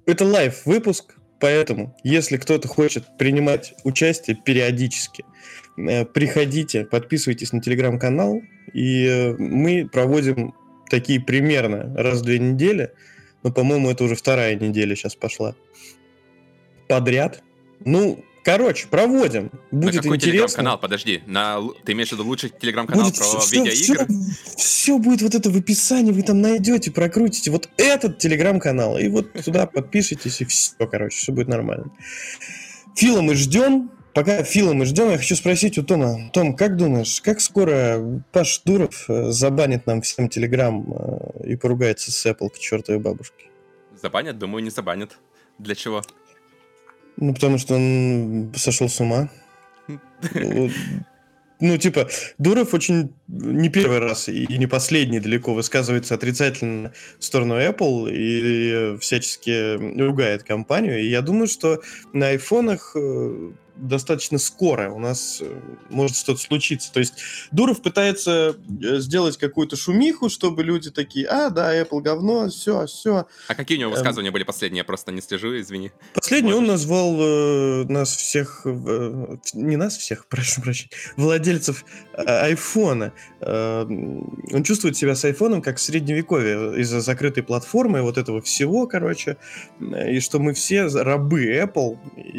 Это лайв-выпуск, поэтому, если кто-то хочет принимать участие периодически, приходите, подписывайтесь на телеграм-канал, и мы проводим такие примерно раз в 2 недели, но, по-моему, это уже 2-я неделя сейчас пошла, подряд. Короче, проводим. Будет на какой интересно. Телеграм-канал? Подожди. Ты имеешь в виду лучший Телеграм-канал будет про видеоигры? Все будет вот это в описании, вы там найдете, прокрутите вот этот Телеграм-канал, и вот туда подпишитесь, и все, все будет нормально. Фила мы ждем. Пока Фила мы ждем, я хочу спросить у Тома. Том, как думаешь, как скоро Паш Дуров забанит нам всем Телеграм и поругается с Apple к чертовой бабушке? Забанят? Думаю, не забанят. Для чего? Потому что он сошел с ума. Дуров очень не первый раз и не последний далеко высказывается отрицательно в сторону Apple и всячески ругает компанию. И я думаю, что на айфонах достаточно скоро у нас может что-то случиться. То есть Дуров пытается сделать какую-то шумиху, чтобы люди такие: да, Apple говно, все. А какие у него высказывания были последние? Я просто не слежу, извини. Последний он назвал нас всех, не нас всех, прошу прощения, владельцев айфона. Он чувствует себя с айфоном как в средневековье из-за закрытой платформы, вот этого всего, короче, и что мы все рабы Apple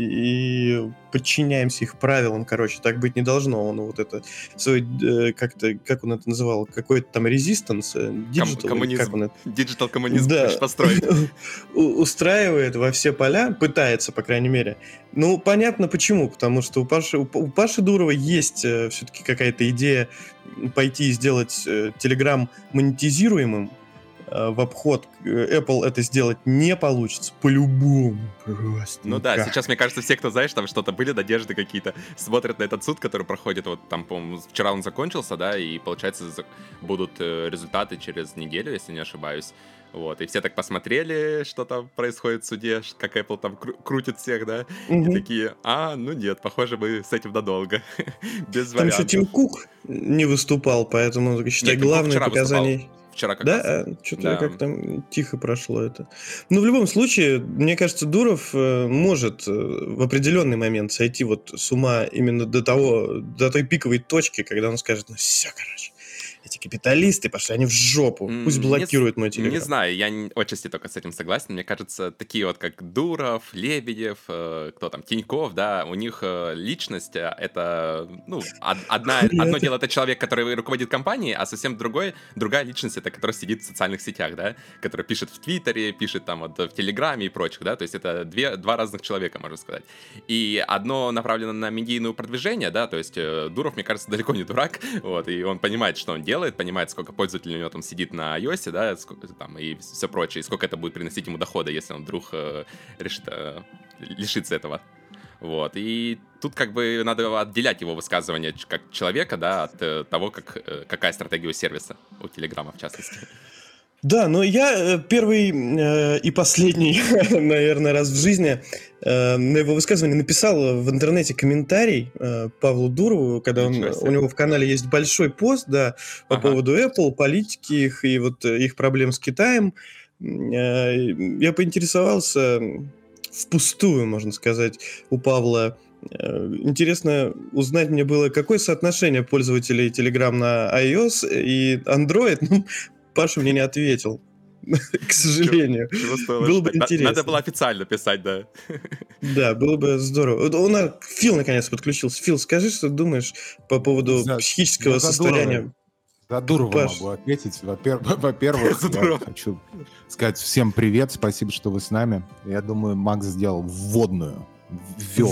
и подчиняемся их правилам, короче, так быть не должно. Он вот это свой, как он это называл, какой-то там резистанс, коммунизм, диджитал коммунизм построить. Устраивает во все поля, пытается, по крайней мере. Понятно почему, потому что у Паши Дурова есть все-таки какая-то идея пойти и сделать Telegram монетизируемым. В обход Apple это сделать не получится по-любому. Просто никак. Сейчас, мне кажется, все, кто, знаешь, там что-то были, надежды какие-то, смотрят на этот суд, который проходит, вот там, по-моему, вчера он закончился, да, и, получается, будут результаты через неделю, если не ошибаюсь. Вот, и все так посмотрели, что там происходит в суде, как Apple там крутит всех, да, и такие: нет, похоже, мы с этим надолго, без вариантов. Там еще Тим Кук не выступал, поэтому, считай, главное показание... Вчера как раз. Что-то как-то тихо прошло это. В любом случае, мне кажется, Дуров может в определенный момент сойти вот с ума именно до той пиковой точки, когда он скажет: все, короче, эти капиталисты пошли, они в жопу, пусть блокируют мой Телеграм. Не знаю, я отчасти только с этим согласен. Мне кажется, такие вот, как Дуров, Лебедев, кто там, Тиньков, да, у них личность, это, одно дело — это человек, который руководит компанией, а совсем другая личность — это который сидит в социальных сетях, да, который пишет в Твиттере, пишет там вот в Телеграме и прочих, да, то есть это два разных человека, можно сказать. И одно направлено на медийное продвижение, да, то есть Дуров, мне кажется, далеко не дурак, вот, и он понимает, что он делает, понимает, сколько пользователей у него там сидит на iOS, да, сколько там и все прочее, и сколько это будет приносить ему дохода, если он вдруг решит лишиться этого. Вот, и тут как бы надо отделять его высказывание как человека, да, от того, какая стратегия у сервиса, у Телеграма в частности. Да, но я первый и последний, наверное, раз в жизни на его высказывание написал в интернете комментарий Павлу Дурову, когда у него в канале есть большой пост, да, по поводу Apple, политики их и вот их проблем с Китаем. Я поинтересовался впустую, можно сказать, у Павла. Интересно узнать мне было, какое соотношение пользователей Telegram на iOS и Android. Паша мне не ответил, к сожалению. Было бы интересно. Надо было официально писать, да. Да, было бы здорово. Фил наконец подключился. Фил, скажи, что думаешь по поводу психического состояния. За Дурова могу ответить. Во-первых, я хочу сказать всем привет, спасибо, что вы с нами. Я думаю, Макс сделал вводную. Ввел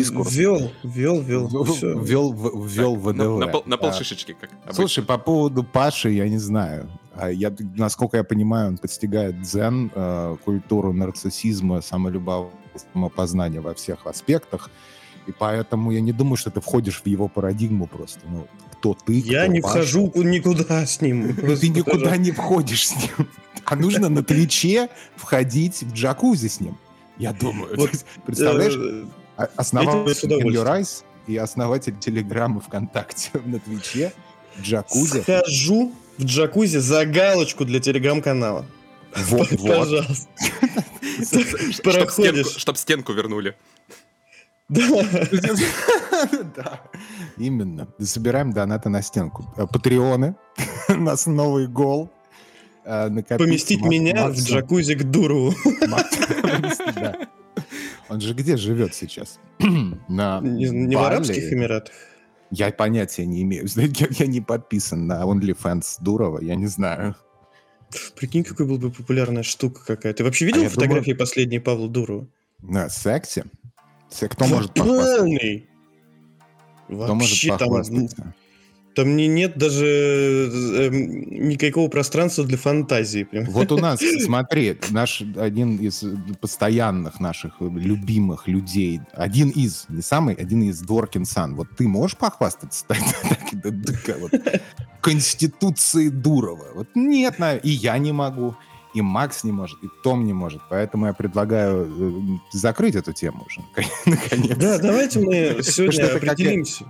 ВДВ. На полшишечки, как обычно. Слушай, по поводу Паши, я не знаю. Насколько я понимаю, он постигает дзен, культуру нарциссизма, самопознания во всех аспектах. И поэтому я не думаю, что ты входишь в его парадигму просто. Кто ты, я не вхожу никуда с ним. Ты никуда не входишь с ним. А нужно на Твиче входить в джакузи с ним. Я думаю. Вот, представляешь, основатель Your Eyes и основатель Телеграма ВКонтакте на Твиче, в джакузи. Схожу в джакузи за галочку для Телеграм-канала. Вот. Пожалуйста. Чтоб стенку вернули. Да, именно. Собираем донаты на стенку. Патреоны. У нас новый гол. Поместить меня в джакузи к Дурову. Он же где живет сейчас? Не в Арабских Эмиратах? Я понятия не имею. Я не подписан на OnlyFans Дурова, я не знаю. Прикинь, какой был бы популярная штука какая. Ты вообще видел фотографии последние Павла Дурова? На сексе? Кто может похвастаться? Кто может похвастаться? Там нет даже никакого пространства для фантазии. Вот у нас, смотри, один из постоянных наших любимых людей, один из Дворкин Сан. Вот ты можешь похвастаться Конституцией Дурова? Вот нет, и я не могу, и Макс не может, и Том не может. Поэтому я предлагаю закрыть эту тему уже, наконец. Да, давайте мы сегодня определимся.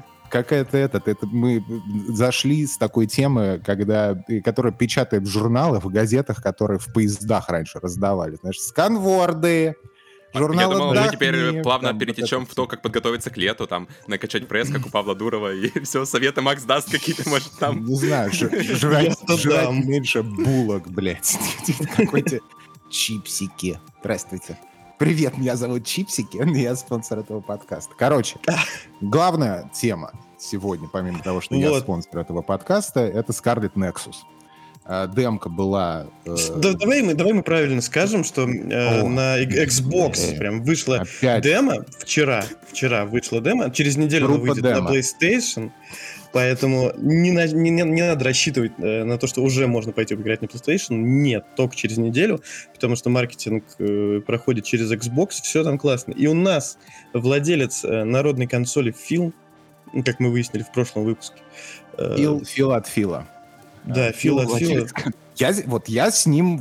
Мы зашли с такой темы, которая печатает в журналах, в газетах, которые в поездах раньше раздавали. Знаешь, сканворды, журналы. Я думал, мы теперь плавно перетечем в то, как подготовиться к лету, там, накачать пресс, как у Павла Дурова, и все, советы Макс даст какие-то, может, там... Не знаю, жрать меньше булок, блядь. Какой-то чипсики. Здравствуйте. Привет, меня зовут Чипсики, я спонсор этого подкаста. Короче, главная тема сегодня, помимо того, что я спонсор этого подкаста, это Scarlet Nexus. Демка была... Давай мы правильно скажем, что на Xbox прям вышла демо. Вчера вышла демо, через неделю она выйдет на PlayStation. Поэтому не надо рассчитывать на то, что уже можно пойти поиграть на PlayStation. Нет, только через неделю, потому что маркетинг проходит через Xbox, все там классно. И у нас владелец народной консоли Фил, как мы выяснили в прошлом выпуске. Фил от Фила. Да, Фил от Фила. Я с ним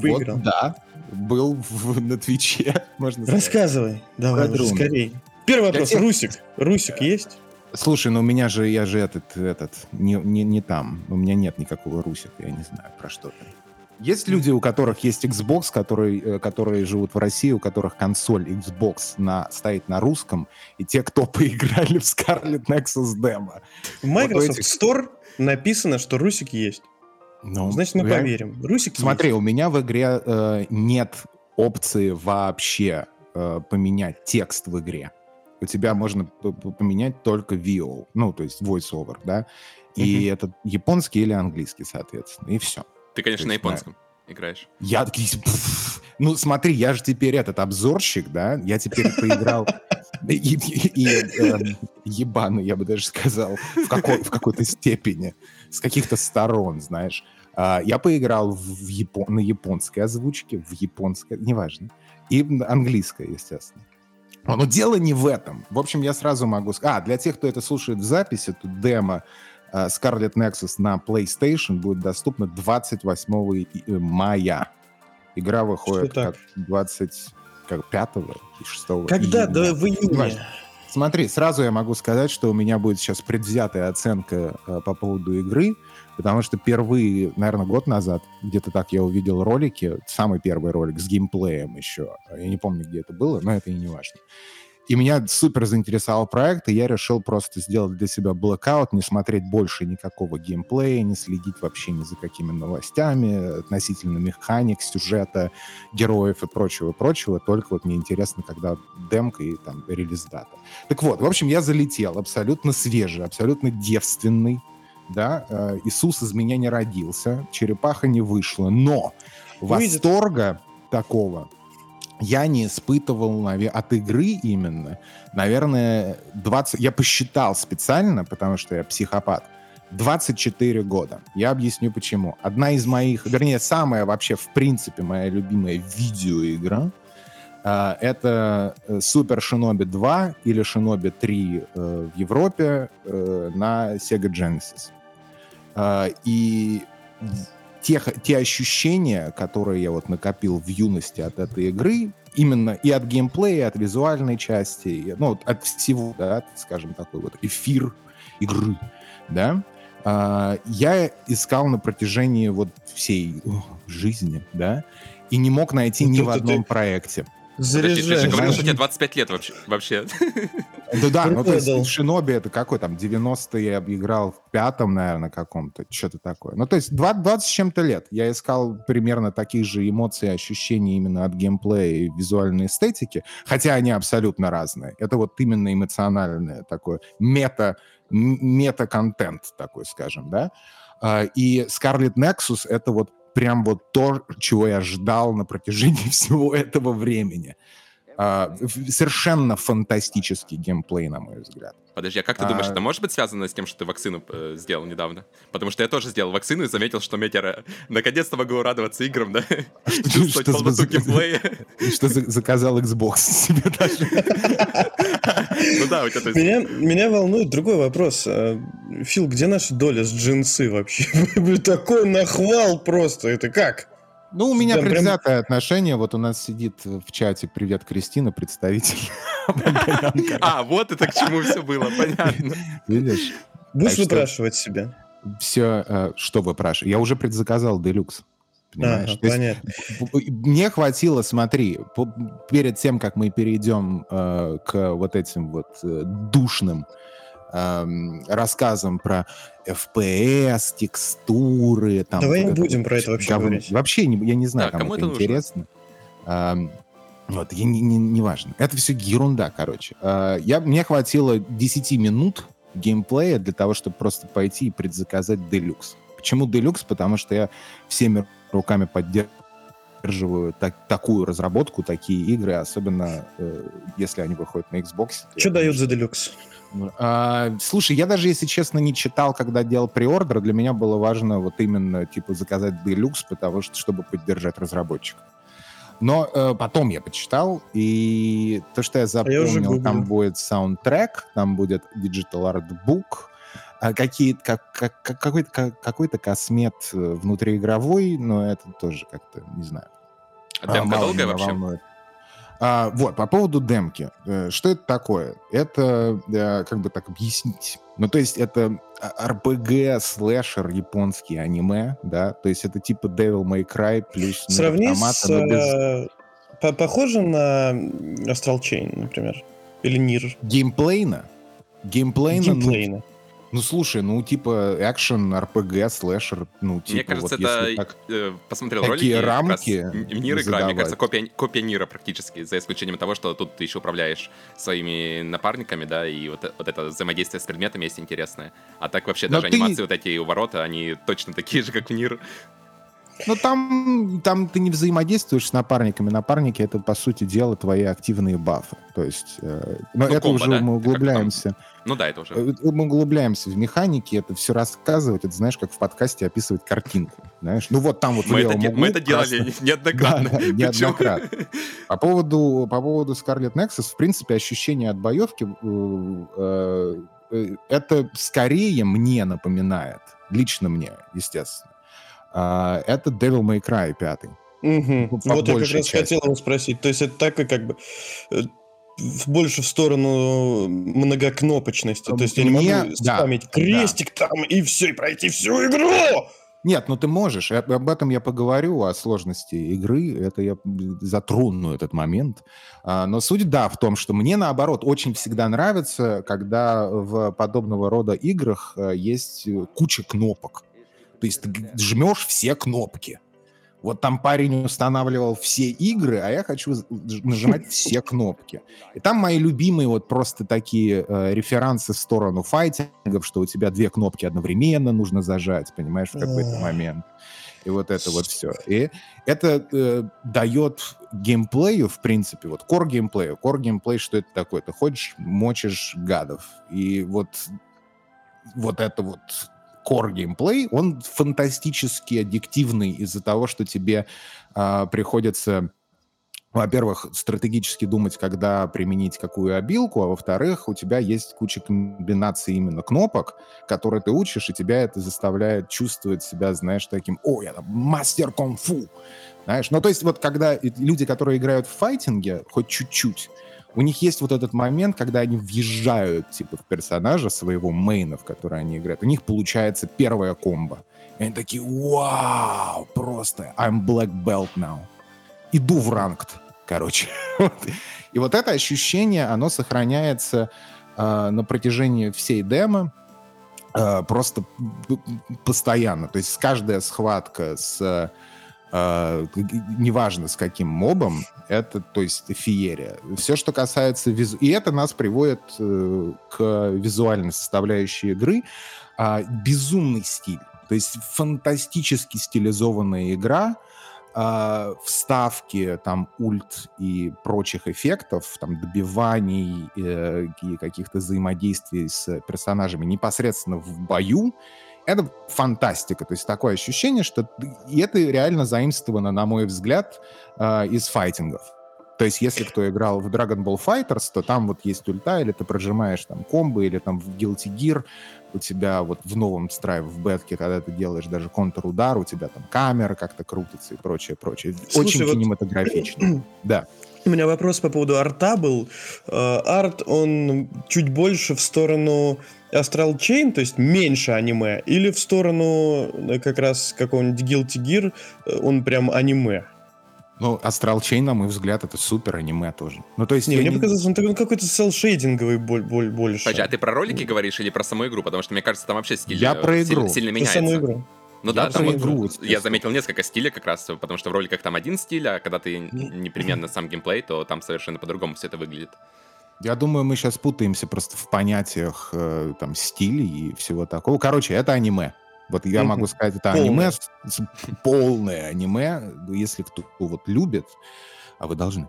был на Твиче, можно сказать. Рассказывай, давай, уже скорей. Первый вопрос, Русик есть? Слушай, ну у меня же, я же не там. У меня нет никакого Русика, я не знаю, про что ты. Есть люди, у которых есть Xbox, которые живут в России, у которых консоль Xbox стоит на русском, и те, кто поиграли в Scarlet Nexus Demo. В Microsoft Store написано, что Русик есть. Значит, мы поверим. Русик Смотри, есть. У меня в игре нет опции вообще поменять текст в игре. У тебя можно поменять только VO, ну, то есть voice-over, да? И это японский или английский, соответственно, и все. Ты, конечно, на японском играешь. Ну, смотри, я же теперь обзорщик, да? Я теперь поиграл... Ебаный, я бы даже сказал, в какой-то степени, с каких-то сторон, знаешь. Я поиграл на японской озвучке, неважно, и английская, естественно. Но дело не в этом. В общем, я сразу могу сказать... для тех, кто это слушает в записи, то демо Scarlet Nexus на PlayStation будет доступна 28 мая. Игра выходит как 25-го и 6-го Когда? июня. Да, в июне. Смотри, сразу я могу сказать, что у меня будет сейчас предвзятая оценка по поводу игры, потому что впервые, наверное, год назад, где-то так я увидел ролики, самый первый ролик с геймплеем еще. Я не помню, где это было, но это и не важно. И меня супер заинтересовал проект, и я решил просто сделать для себя blackout, не смотреть больше никакого геймплея, не следить вообще ни за какими новостями относительно механик, сюжета, героев и прочего. Только вот мне интересно, когда демка и там релиз-дата. Так вот, в общем, я залетел абсолютно свежий, абсолютно девственный, да, Иисус из меня не родился, черепаха не вышла, но восторга такого я не испытывал от игры именно, наверное, 20... Я посчитал специально, потому что я психопат. 24 года. Я объясню почему. Одна из моих, вернее, самая вообще, в принципе, моя любимая видеоигра это Super Shinobi 2 или Shinobi 3 в Европе на Sega Genesis. И те ощущения, которые я вот накопил в юности от этой игры, именно и от геймплея, и от визуальной части, ну, от всего, да, скажем, такой вот эфир игры, да, я искал на протяжении вот всей жизни, да, и не мог найти ни в одном проекте. Подожди, ты же говорил, Заряжаешь. что тебе 25 лет вообще. Да, ну то есть Продал. в Шиноби это какой там, 90-й я играл в 5-м, наверное, каком-то, что-то такое. Ну то есть 20 с чем-то лет. Я искал примерно таких же эмоций и ощущений именно от геймплея и визуальной эстетики, хотя они абсолютно разные. Это вот именно эмоциональное такое мета-контент такой, скажем, да. И Scarlet Nexus — это вот прям вот то, чего я ждал на протяжении всего этого времени. Совершенно фантастический геймплей, на мой взгляд. Подожди, а как ты думаешь, это может быть связано с тем, что ты вакцину сделал недавно? Потому что я тоже сделал вакцину и заметил, что метер... Наконец-то могу радоваться играм, да? Чувствовать полноту геймплея. Что заказал Xbox себе даже. Ну да, у тебя... Меня волнует другой вопрос. Фил, где наша доля с джинсы вообще? Такой нахвал просто. Это как? Ну, у меня Прям- предвзятое отношение. Вот у нас сидит в чате «Привет, Кристина», представитель. А, вот это к чему все было, понятно. Видишь? Будешь Так что- выпрашивать себя? Все, что выпрашиваю. Я уже предзаказал Deluxe. Понимаешь? Ага, То есть понятно. мне хватило, смотри, перед тем, как мы перейдем к вот этим вот душным рассказам про FPS, текстуры. Там, Давай вот не это будем вот про это вообще говно. говорить. Вообще, я не знаю, Да, кому кому это это нужно? интересно. Вот, не важно. Это все ерунда, короче. Мне хватило 10 минут геймплея для того, чтобы просто пойти и предзаказать Deluxe. Почему Deluxe? Потому что я всеми руками поддерживаю такую разработку, такие игры, особенно если они выходят на Xbox. Что дают за делюкс? Слушай, я даже, если честно, не читал, когда делал преордер. Для меня было важно вот именно типа заказать Deluxe, потому что чтобы поддержать разработчиков. Но потом я почитал, и то, что я уже запомнил, гуглю. там будет саундтрек, там будет Digital Art Book, какой-то космет внутриигровой, но это тоже как-то, не знаю. А демка мало долгая меня вообще? волнует. Вот, по поводу демки. Что это такое? Это, как бы так объяснить? Ну, то есть это RPG, слэшер, японский аниме, да? То есть это типа Devil May Cry плюс мир Сравни автомата, с... но без Похоже на Astral Chain, например. Или Нир. геймплейна. Геймплейно. Ну, слушай, ну, типа, экшен, RPG, слэшер, ну, типа, Мне кажется, вот если это... так... Посмотрел такие ролики, как раз рамки Нир игра, мне задавать. кажется, копия Нира практически, за исключением того, что тут ты еще управляешь своими напарниками, да, и вот это взаимодействие с предметами есть интересное. А так вообще Но даже ты- анимации вот эти у ворота, они точно такие же, как в Нир. Ну, там ты не взаимодействуешь с напарниками. Напарники — это, по сути дела, твои активные бафы. То есть... но Ну, это комбо, уже да? мы Как там? углубляемся. Ну да, это уже. Мы углубляемся в механики, это все рассказывать, это, знаешь, как в подкасте описывать картинку, знаешь? Ну вот там вот в Мы левом углу мы это делали красный- неоднократно. Да, Причем- неоднократно. По поводу Scarlet Nexus, в принципе, ощущение от боевки это скорее мне напоминает, лично мне, естественно, это Devil May Cry 5. Мгм. По Вот я как большей раз части. хотел его спросить. То есть это так и как бы больше в сторону многокнопочности. То есть я не Мне- могу да, спамить крестик там и все, и пройти всю игру. Нет, ну ты можешь. Об этом я поговорю, о сложности игры. Это я затрону этот момент. Но суть, да, в том, что мне, наоборот, очень всегда нравится, когда в подобного рода играх есть куча кнопок. То есть ты жмешь все кнопки. Вот там парень устанавливал все игры, а я хочу нажимать все кнопки. И там мои любимые вот просто такие реферансы в сторону файтингов, что у тебя 2 кнопки одновременно нужно зажать, понимаешь, в какой-то момент. И вот это вот все. И это дает геймплею, в принципе, вот core геймплею. Core геймплей, что это такое? Ты ходишь, мочишь гадов. И вот это вот core геймплей, он фантастически аддиктивный из-за того, что тебе приходится, во-первых, стратегически думать, когда применить какую обилку, а во-вторых, у тебя есть куча комбинаций именно кнопок, которые ты учишь, и тебя это заставляет чувствовать себя, знаешь, таким: «О, я там мастер кунг-фу!» Знаешь, ну то есть вот когда люди, которые играют в файтинге, хоть чуть-чуть, у них есть вот этот момент, когда они въезжают типа в персонажа своего мейна, в который они играют. У них получается первая комбо. И они такие: «Вау, просто I'm black belt now. Иду в ранкд». короче. И вот это ощущение, оно сохраняется на протяжении всей демо, просто постоянно. То есть каждая схватка неважно с каким мобом, это, то есть, феерия. Все, что касается... И это нас приводит к визуальной составляющей игры. Безумный стиль. То есть фантастически стилизованная игра, вставки, там, ульт и прочих эффектов, там, добиваний и каких-то взаимодействий с персонажами непосредственно в бою, это фантастика. То есть такое ощущение, что и это реально заимствовано, на мой взгляд, из файтингов. То есть если кто играл в Dragon Ball FighterZ, то там вот есть ульта, или ты прожимаешь там комбо, или там в Guilty Gear у тебя вот в новом Strive, в бетке, когда ты делаешь даже контрудар, у тебя там камера как-то крутится и прочее. Слушай, очень кинематографично. Да. У меня вопрос по поводу арта был. Арт, он чуть больше в сторону Astral Chain, то есть меньше аниме, или в сторону как раз какого-нибудь Guilty Gear, он прям аниме? Ну, Astral Chain, на мой взгляд, это супер аниме тоже. Ну, то есть мне показалось, он какой-то селл-шейдинговый больше. Подожди, а ты про ролики говоришь или про саму игру? Потому что, мне кажется, там вообще стиль сильно меняется. Про саму игру. Ну да, там я заметил несколько стилей как раз, потому что в роликах там один стиль, а когда ты непременно сам геймплей, то там совершенно по-другому все это выглядит. Я думаю, мы сейчас путаемся просто в понятиях там стилей и всего такого. Короче, это аниме. Вот я могу сказать, это аниме, полное аниме. Если кто вот любит, а вы должны,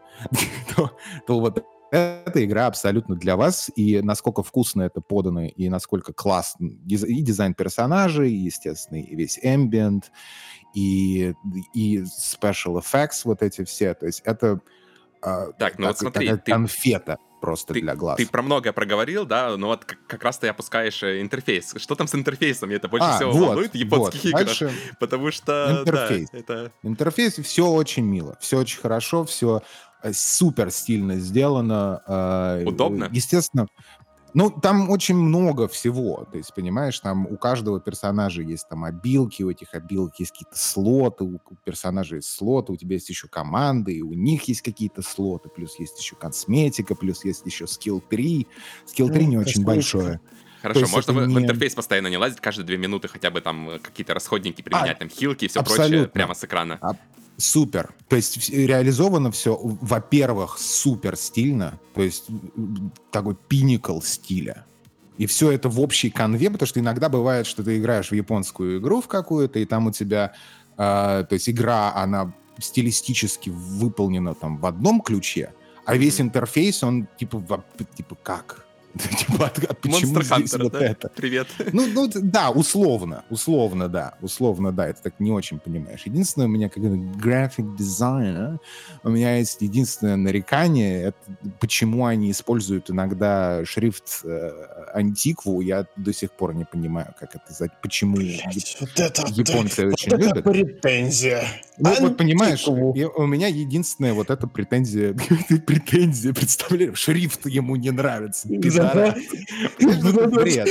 то вот эта игра абсолютно для вас. И насколько вкусно это подано, и насколько классно. И дизайн персонажей, и, естественно, и весь ambient, и special effects вот эти все. То есть это так, ну вот смотри, конфета. Просто для глаз. Ты про многое проговорил, да, но вот как раз ты опускаешь интерфейс. Что там с интерфейсом? Мне это больше всего волнует в японских играх. Дальше потому что... Интерфейс. Да, это... Интерфейс, все очень мило, все очень хорошо, все супер стильно сделано. Удобно? Естественно. Ну, там очень много всего, то есть, понимаешь, там у каждого персонажа есть там обилки, у этих обилок есть какие-то слоты, у персонажей есть слоты, у тебя есть еще команды, и у них есть какие-то слоты, плюс есть еще косметика, плюс есть еще скилл-3. Скилл-3 не очень большое. Хорошо, можно в интерфейс постоянно не лазить, каждые 2 минуты хотя бы там какие-то расходники применять, там хилки и все прочее прямо с экрана. Супер. То есть реализовано все, во-первых, супер стильно, то есть такой пиникл стиля. И все это в общей канве, потому что иногда бывает, что ты играешь в японскую игру в какую-то, и там у тебя, то есть игра, она стилистически выполнена там в одном ключе, а весь интерфейс, он типа как? Типа, почему здесь вот это? Привет. Ну, да, условно, да, это так не очень понимаешь. Единственное, у меня как график дизайна, у меня есть единственное нарекание, это почему они используют иногда шрифт антикву, я до сих пор не понимаю, как это, почему японцы очень любят. Это претензия. Ну, вот понимаешь, у меня единственная вот эта претензия, представляешь, шрифт ему не нравится. Бред.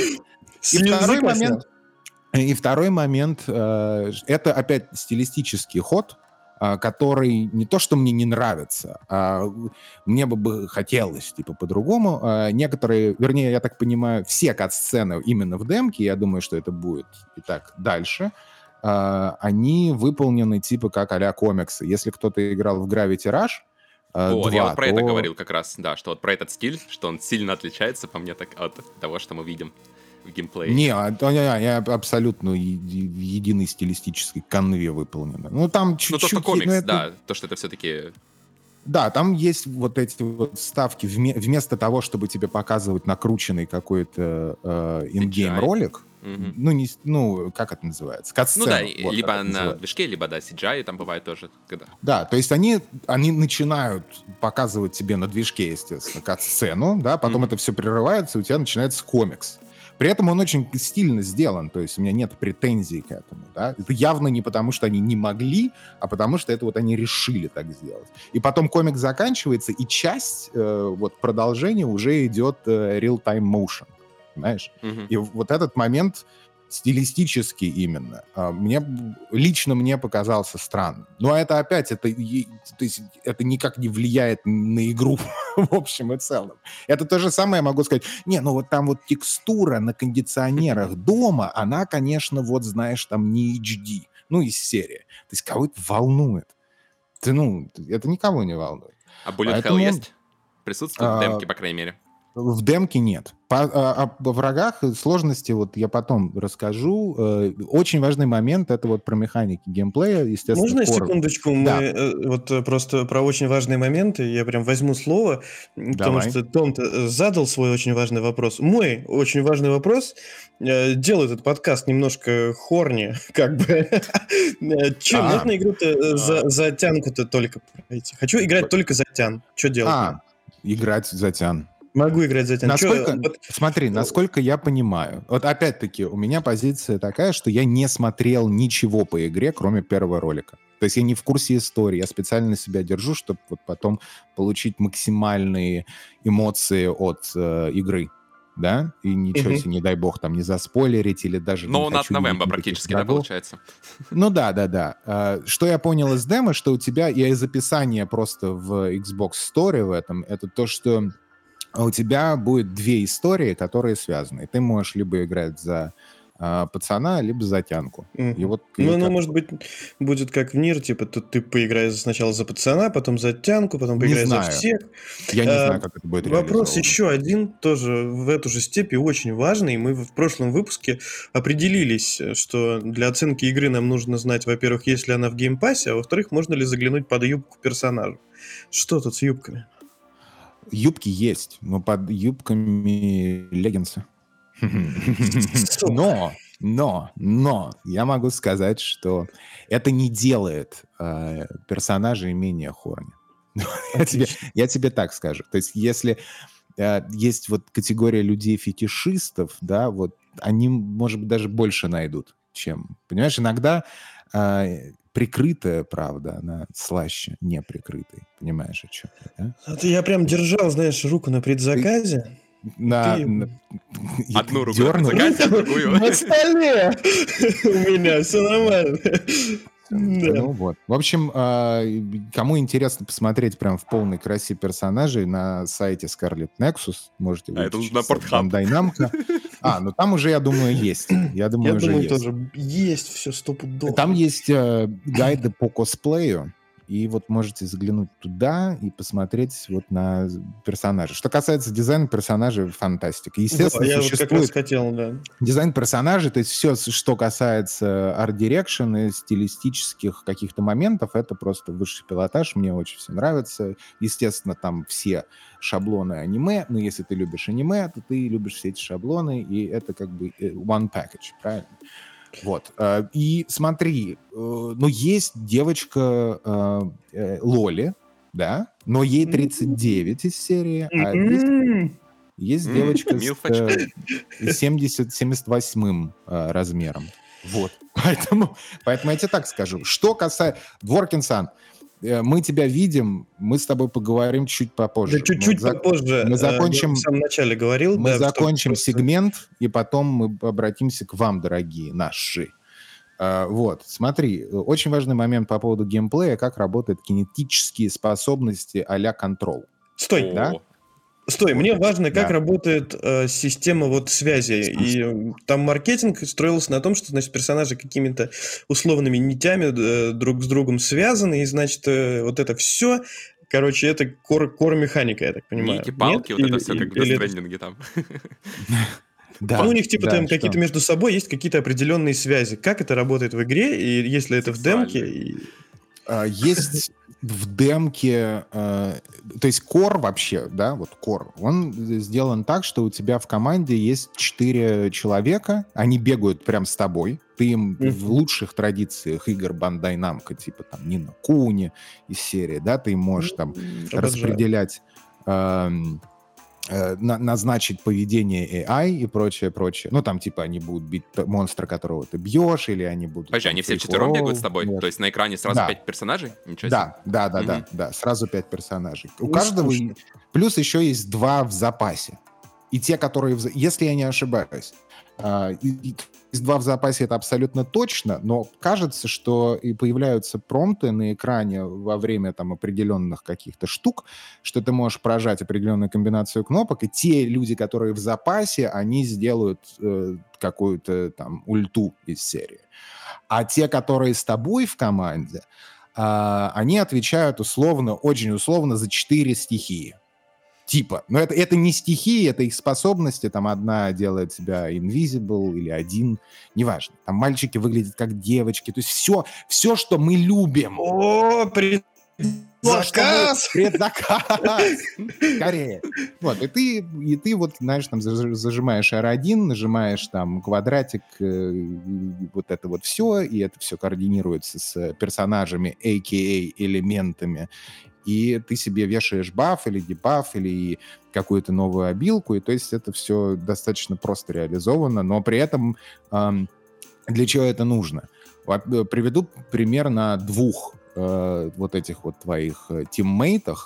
И второй момент, это опять стилистический ход, который не то, что мне не нравится, а мне бы хотелось, типа, по-другому. Некоторые, вернее, я так понимаю, все кат-сцены именно в демке, я думаю, что это будет и так дальше, они выполнены типа как а-ля комиксы. Если кто-то играл в Gravity Rush, вот, я вот про это говорил как раз, да, что вот про этот стиль, что он сильно отличается, по мне, так от того, что мы видим в геймплее. Не, абсолютно в единой стилистической канве выполнено. Ну, там чуть-чуть... Ну, то, что комикс, да, то, что это все-таки... Да, там есть вот эти вот вставки, вместо того, чтобы тебе показывать накрученный какой-то ингейм-ролик, как это называется? Кат-сцену. Ну да, вот, либо на движке, либо, да, CGI там бывает тоже. Когда... Да, то есть они начинают показывать тебе на движке, естественно, кат-сцену, да, потом это все прерывается, и у тебя начинается комикс. При этом он очень стильно сделан, то есть у меня нет претензий к этому, да. Это явно не потому, что они не могли, а потому что это вот они решили так сделать. И потом комикс заканчивается, и часть вот продолжения уже идет real-time motion, понимаешь? И вот этот момент стилистически именно, лично мне показался странным. Но это опять, то есть, это никак не влияет на игру в общем и целом. Это то же самое я могу сказать. Не, ну вот там вот текстура на кондиционерах дома, она, конечно, вот знаешь, там не HD, ну из серии. То есть кого-то волнует. Это никого не волнует. А Bullet Hell есть? Присутствует в демке, по крайней мере? В демке нет. О врагах и сложности вот я потом расскажу. Очень важный момент — это вот про механики геймплея, естественно. Можно секундочку? Да. Мы вот просто про очень важные моменты, я прям возьму слово, потому что Том-то задал свой очень важный вопрос. Мой очень важный вопрос делает этот подкаст немножко хорни, как бы. Че, можно игру-то за тянку-то только пройти? Хочу играть только за тян. Что делать? Играть за тян. Могу играть за тян. Смотри, насколько я понимаю. Вот опять-таки, у меня позиция такая, что я не смотрел ничего по игре, кроме первого ролика. То есть я не в курсе истории, я специально себя держу, чтобы вот потом получить максимальные эмоции от игры. Да? И ничего себе, не дай бог, там не заспойлерить или даже... Но он от новембра практически, да, получается? Ну да. Что я понял из демо, что у тебя, и из описания просто в Xbox Store в этом, это то, что у тебя будет две истории, которые связаны. Ты можешь либо играть за пацана, либо за тянку. И вот, может быть, будет как в Нир, типа, тут ты поиграешь сначала за пацана, потом за тянку, потом поиграешь за всех. Я не знаю, как это будет Вопрос еще один, тоже в эту же степь и очень важный. Мы в прошлом выпуске определились, что для оценки игры нам нужно знать, во-первых, есть ли она в геймпассе, а во-вторых, можно ли заглянуть под юбку персонажа. Что тут с юбками? Юбки есть, но под юбками леггинсы. Но я могу сказать, что это не делает персонажей менее хорни. Я тебе так скажу. То есть если есть вот категория людей-фетишистов, да, вот они, может быть, даже больше найдут, чем... Понимаешь, иногда прикрытая правда, она слаще неприкрытой. Понимаешь, о чем я, да? Я прям держал, знаешь, руку на предзаказе. Одну руку на предзаказе, другую. На столе! У меня все нормально. Ну вот. В общем, кому интересно посмотреть прям в полной красе персонажей, на сайте Scarlet Nexus можете выйти. Это на Pornhub. Дайнамка. Ну там уже, я думаю, есть. Я думаю, тоже есть все стопудово. Там есть гайды по косплею, и вот можете заглянуть туда и посмотреть вот на персонажей. Что касается дизайна персонажей, фантастика. Естественно, я существует вот как раз хотел, да. Дизайн персонажей, то есть все, что касается арт-дирекшн и стилистических каких-то моментов, это просто высший пилотаж, мне очень все нравится. Естественно, там все шаблоны аниме, но если ты любишь аниме, то ты любишь все эти шаблоны, и это как бы one package, правильно? Вот. И смотри, ну, есть девочка Лоли, да, но ей 39 из серии, а есть девочка с 78 размером. Вот. Поэтому я тебе так скажу. Что касается... Дворкин-сан, мы тебя видим, мы с тобой поговорим чуть попозже. Да, чуть-чуть попозже. Мы закончим, я в самом начале говорил. Мы закончим сегмент, и потом мы обратимся к вам, дорогие наши. Вот, смотри, очень важный момент по поводу геймплея, как работают кинетические способности а-ля Control. Стой, да? Стой, мне важно, как работает система вот связи. И там маркетинг строился на том, что, значит, персонажи какими-то условными нитями друг с другом связаны, и, значит, вот это все, короче, это кор-механика, я так понимаю. Нити, палки, вот это все как в Death Stranding там. Да, у них типа там какие-то между собой есть какие-то определенные связи. Как это работает в игре, и если это в демке... Есть в демке, то есть кор вообще, да, вот кор, он сделан так, что у тебя в команде есть 4 человека, они бегают прям с тобой, ты им в лучших традициях игр Bandai Namco, типа там Ни no Kuni из серии, да, ты им можешь там распределять... назначить поведение AI и прочее. Ну, там, типа, они будут бить монстра, которого ты бьешь, или они будут... Подожди, они все вчетвером бегают с тобой? То есть на экране сразу 5 персонажей? Ничего себе. Да, сразу 5 персонажей. У каждого... Плюс еще есть 2 в запасе. И те, которые... Если я не ошибаюсь, из 2 в запасе это абсолютно точно, но кажется, что и появляются промпты на экране во время там определенных каких-то штук, что ты можешь прожать определенную комбинацию кнопок, и те люди, которые в запасе, они сделают какую-то там ульту из серии. А те, которые с тобой в команде, они отвечают условно, очень условно за 4 стихии. Типа. Но это не стихии, это их способности. Там одна делает себя invisible или один. Неважно. Там мальчики выглядят как девочки. То есть все, что мы любим. О, Предзаказ! Скорее. Вот, и ты вот, знаешь, там зажимаешь R1, нажимаешь там квадратик, вот это вот все, и это все координируется с персонажами, a.k.a. элементами, и ты себе вешаешь баф или дебаф или какую-то новую обилку, и то есть это все достаточно просто реализовано, но при этом для чего это нужно? Приведу пример на 2 вот этих вот твоих тиммейтах.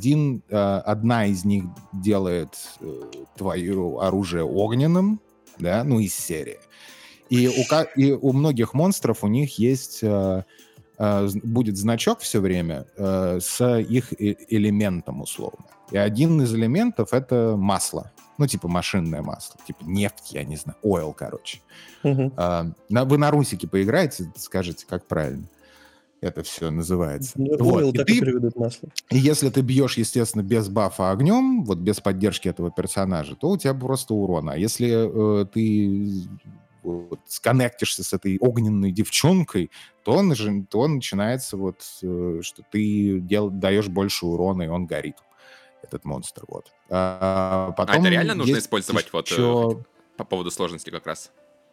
Одна из них делает твое оружие огненным, да, ну, из серии. И у многих монстров у них есть... будет значок все время с их элементом условно. И один из элементов — это масло. Ну, типа машинное масло. Типа нефть, я не знаю. Oil, короче. Вы на русике поиграете, скажете, как правильно это все называется. Oil так и переведут масло. И если ты бьешь, естественно, без бафа огнем, вот без поддержки этого персонажа, то у тебя просто урон. А если ты... вот, сконнектишься с этой огненной девчонкой, то начинается вот, что ты даешь больше урона, и он горит, этот монстр. Вот. Потом это реально нужно использовать вот по поводу сложности как раз?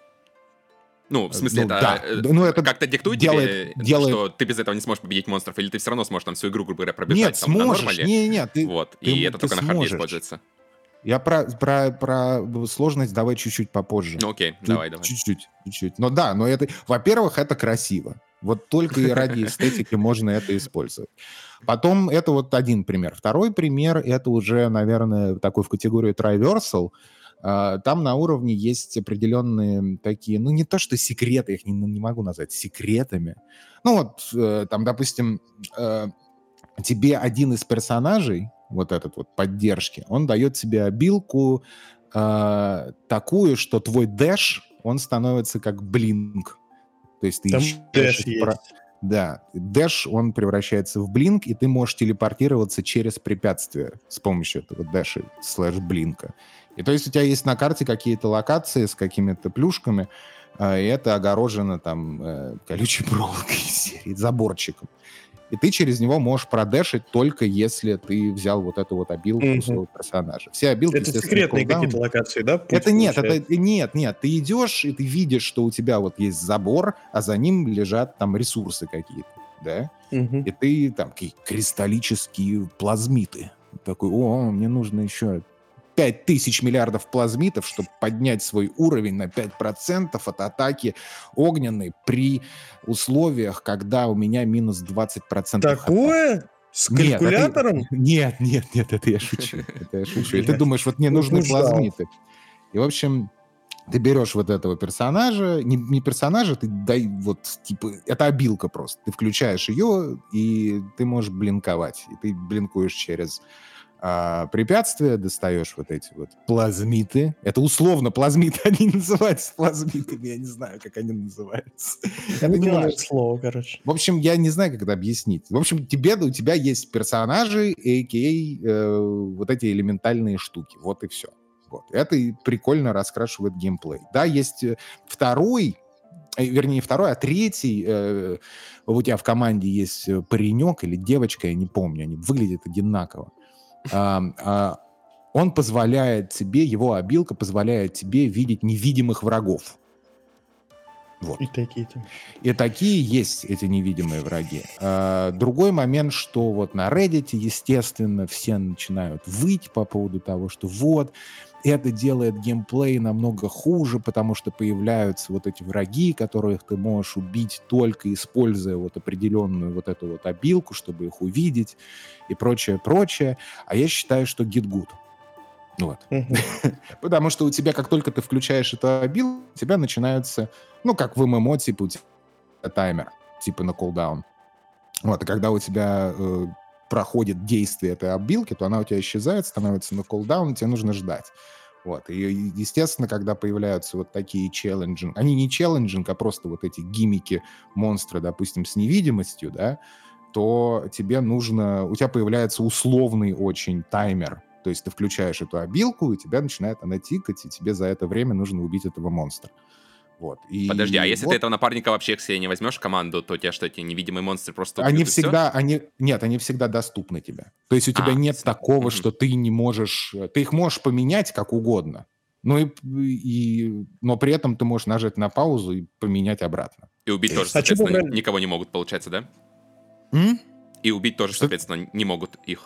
Ну, в смысле, это как-то диктует тебе, что ты без этого не сможешь победить монстров, или ты все равно сможешь там всю игру, грубо говоря, пробежать? Нет, там, сможешь. На нормале? Нет, и это только на харде используется. Я про сложность давай чуть-чуть попозже. Ну, окей, давай. Чуть-чуть. Но да, но это, во-первых, это красиво. Вот только и ради эстетики можно это использовать. Потом, это вот один пример. Второй пример, это уже, наверное, такой в категорию Traversal. Там на уровне есть определенные такие, ну, не то что секреты, я их не могу назвать секретами. Ну, вот, там, допустим, тебе один из персонажей, вот этот вот поддержки, он дает тебе обилку такую, что твой дэш, он становится как блинк. То есть ты там дэш есть. Да, дэш, он превращается в блинк, и ты можешь телепортироваться через препятствия с помощью этого дэша /блинка. И то есть у тебя есть на карте какие-то локации с какими-то плюшками, и это огорожено там колючей проволокой из серии, заборчиком. И ты через него можешь продешить только если ты взял вот эту вот обилку своего персонажа. Все обилки, это секретные какие-то локации, да? Это нет, ты идешь, и ты видишь, что у тебя вот есть забор, а за ним лежат там ресурсы какие-то, да? И ты там какие кристаллические плазмиты. Такой, мне нужно еще 5000 миллиардов плазмитов, чтобы поднять свой уровень на 5% от атаки огненной при условиях, когда у меня минус 20%. Такое? С калькулятором? Нет, это я шучу. И ты думаешь, вот мне нужны плазмиты. И, в общем, ты берешь вот этого персонажа, не персонажа, ты дай вот, типа, это обилка просто. Ты включаешь ее, и ты можешь блинковать. И ты блинкуешь через... препятствия, достаешь вот эти вот плазмиты. Это условно плазмиты, они называются плазмитами, я не знаю, как они называются. Это не важно. Слово, короче. В общем, я не знаю, как это объяснить. В общем, у тебя есть персонажи, а.к.а. вот эти элементальные штуки. Вот и все. Вот. Это и прикольно раскрашивает геймплей. Да, есть второй, вернее, не второй, а третий. У тебя в команде есть паренек или девочка, я не помню, они выглядят одинаково. Он позволяет тебе, его обилка позволяет тебе видеть невидимых врагов. Вот. И такие есть, эти невидимые враги. Другой момент, что вот на Reddit, естественно, все начинают выть по поводу того, что вот, это делает геймплей намного хуже, потому что появляются вот эти враги, которых ты можешь убить только используя вот определенную вот эту вот обилку, чтобы их увидеть и прочее. А я считаю, что get good. Вот. Потому что у тебя, как только ты включаешь эту обилку, у тебя начинается, ну, как в ММО, типа у тебя таймер, типа на кулдаун. Вот, и когда у тебя проходит действие этой обилки, то она у тебя исчезает, становится на кулдаун, и тебе нужно ждать. Вот, и, естественно, когда появляются вот такие челленджинг, они не челленджинг, а просто вот эти гиммики монстра, допустим, с невидимостью, да, то тебе нужно, у тебя появляется условный очень таймер. То есть ты включаешь эту обилку, и тебя начинает она тикать, и тебе за это время нужно убить этого монстра. Вот. И Подожди, а если вот ты этого напарника вообще к себе не возьмешь в команду, то у тебя что, эти невидимые монстры просто они убьют, и всегда, всё? они всегда доступны тебе. То есть у тебя нет такого, что ты не можешь, ты их можешь поменять как угодно, но но при этом ты можешь нажать на паузу и поменять обратно. И убить тоже, А чё соответственно, побрали? никого не могут, получается, да? И убить тоже, Что? соответственно, не могут их.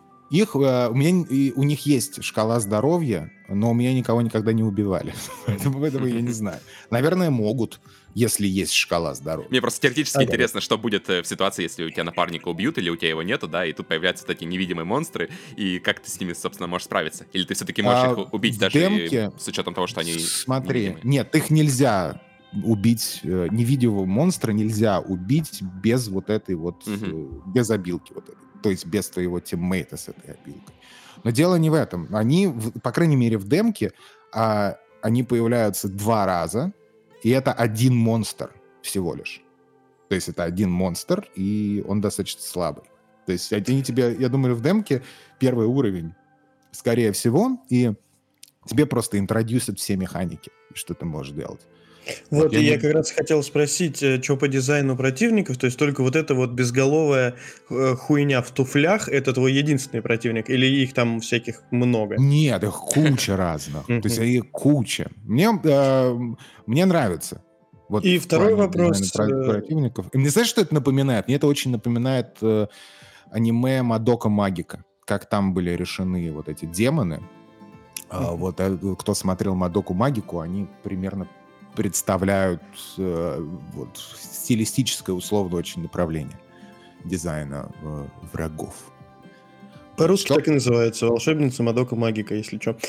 У них есть шкала здоровья, но у меня никого никогда не убивали. Поэтому я не знаю. Наверное, могут, если есть шкала здоровья. Мне просто теоретически интересно, что будет в ситуации, если у тебя напарника убьют, или у тебя его нету, да, и тут появляются вот эти невидимые монстры, и как ты с ними, собственно, можешь справиться? Или ты все-таки можешь их убить в даже демке, с учетом того, что они смотри, невидимые? нет, их нельзя убить, невидимого монстра нельзя убить без вот этой вот, без обилки вот этой. То есть без твоего тиммейта с этой обилкой. Но дело не в этом. Они, по крайней мере, в демке, они появляются 2 раза, и это один монстр всего лишь. То есть это один монстр, и он достаточно слабый. То есть они тебе, я думаю, в демке первый уровень, скорее всего, и тебе просто интродюсят все механики, что ты можешь делать. Вот, и я как раз хотел спросить, что по дизайну противников, то есть только вот эта вот безголовая хуйня в туфлях, это твой единственный противник, или их там всяких много? Нет, их куча разных. То есть их куча. Мне нравится. Вот и второй вопрос. Противников. И мне знаешь, что это напоминает? Мне это очень напоминает аниме Мадока Магика. Как там были решены вот эти демоны. Вот кто смотрел Мадоку Магику, они примерно представляют вот, стилистическое условно очень направление дизайна врагов. По-русски так и называется. Волшебница Мадока Магика, если что.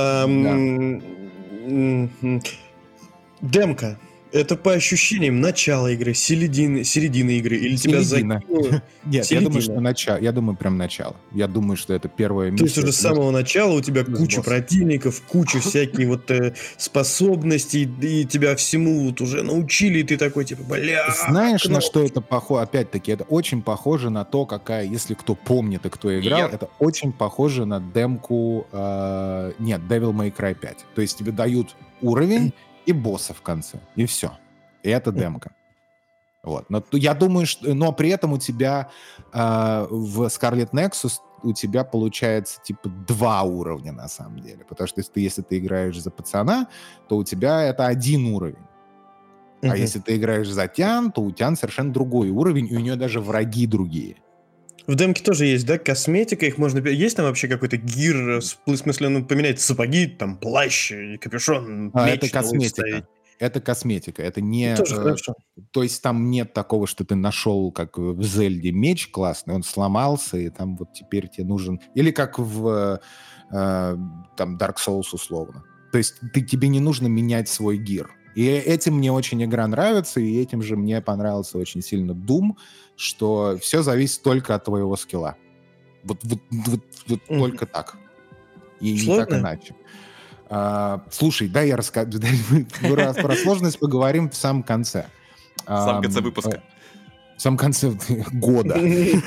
Демка. Это по ощущениям начало игры, середины игры, или тебя закинуло? Нет, я думаю, прям начало. Я думаю, что это первая миссия. То есть уже с самого начала у тебя куча противников, куча всяких вот способностей, и тебя всему вот уже научили, и ты такой, типа, бля... Знаешь, на что это похоже? Опять-таки, это очень похоже на то, какая, если кто помнит и кто играл, это очень похоже на демку, нет, Devil May Cry 5. То есть тебе дают уровень, и босса в конце, и все. И это демка. Вот. Но я думаю, но при этом у тебя в Scarlet Nexus у тебя получается типа 2 уровня на самом деле. Потому что если ты играешь за пацана, то у тебя это 1 уровень. А если ты играешь за Тян, то у Тян совершенно другой уровень, и у нее даже враги другие. В демке тоже есть, да, косметика, их можно... Есть там вообще какой-то гир, в смысле, ну, поменять сапоги, там, плащ, капюшон, меч. Это косметика. Это косметика, это не... Тоже хорошо. То есть там нет такого, что ты нашел, как в Зельде, меч классный, он сломался, и там вот теперь тебе нужен... Или как в там Dark Souls условно. То есть тебе не нужно менять свой гир. И этим мне очень игра нравится, и этим же мне понравился очень сильно Doom, что все зависит только от твоего скилла. Вот только так. И никак иначе. Слушай, дай я расскажу. Про сложность поговорим в самом конце. В самом конце выпуска. В самом конце года.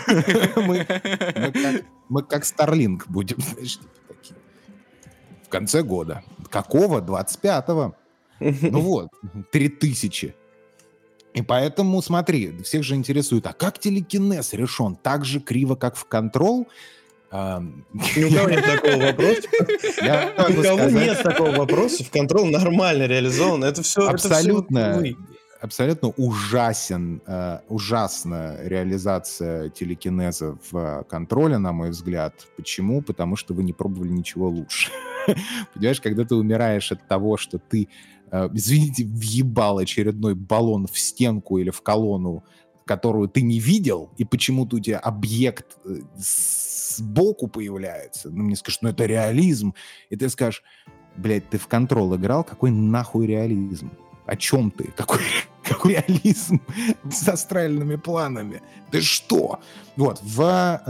Мы как Starlink будем, знаешь, такие. В конце года. Какого? 25-го. Ну вот, 3000. И поэтому, смотри, всех же интересует, а как телекинез решен? Так же криво, как в Control? Ни у кого нет такого вопроса. Ни у кого нет такого вопроса. В Control нормально реализован. Это все... Абсолютно ужасная реализация телекинеза в контроле, на мой взгляд. Почему? Потому что вы не пробовали ничего лучше. Понимаешь, когда ты умираешь от того, что ты, извините, въебал очередной баллон в стенку или в колонну которую ты не видел, и почему-то у тебя объект сбоку появляется, ну, мне скажешь, ну, это реализм, и ты скажешь, блядь, ты в Control играл? Какой нахуй реализм? О чем ты? Какой реализм с астральными планами? Ты что? Вот, в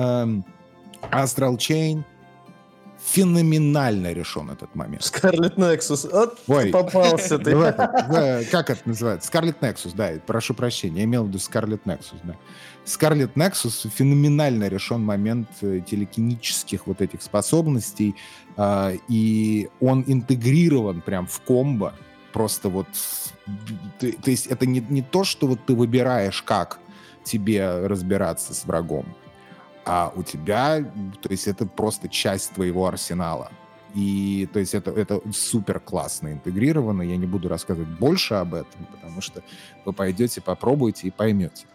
Astral Chain феноменально решен этот момент. Scarlet Nexus. Вот Ой, попался ты. как это называется? Scarlet Nexus, да, прошу прощения, я имел в виду Scarlet Nexus, да. Scarlet Nexus феноменально решен момент телекинических вот этих способностей, и он интегрирован прям в комбо, просто вот, то есть это не то, что вот ты выбираешь, как тебе разбираться с врагом, а у тебя, то есть это просто часть твоего арсенала. И, то есть, это супер классно интегрировано. Я не буду рассказывать больше об этом, потому что вы пойдете, попробуете и поймете.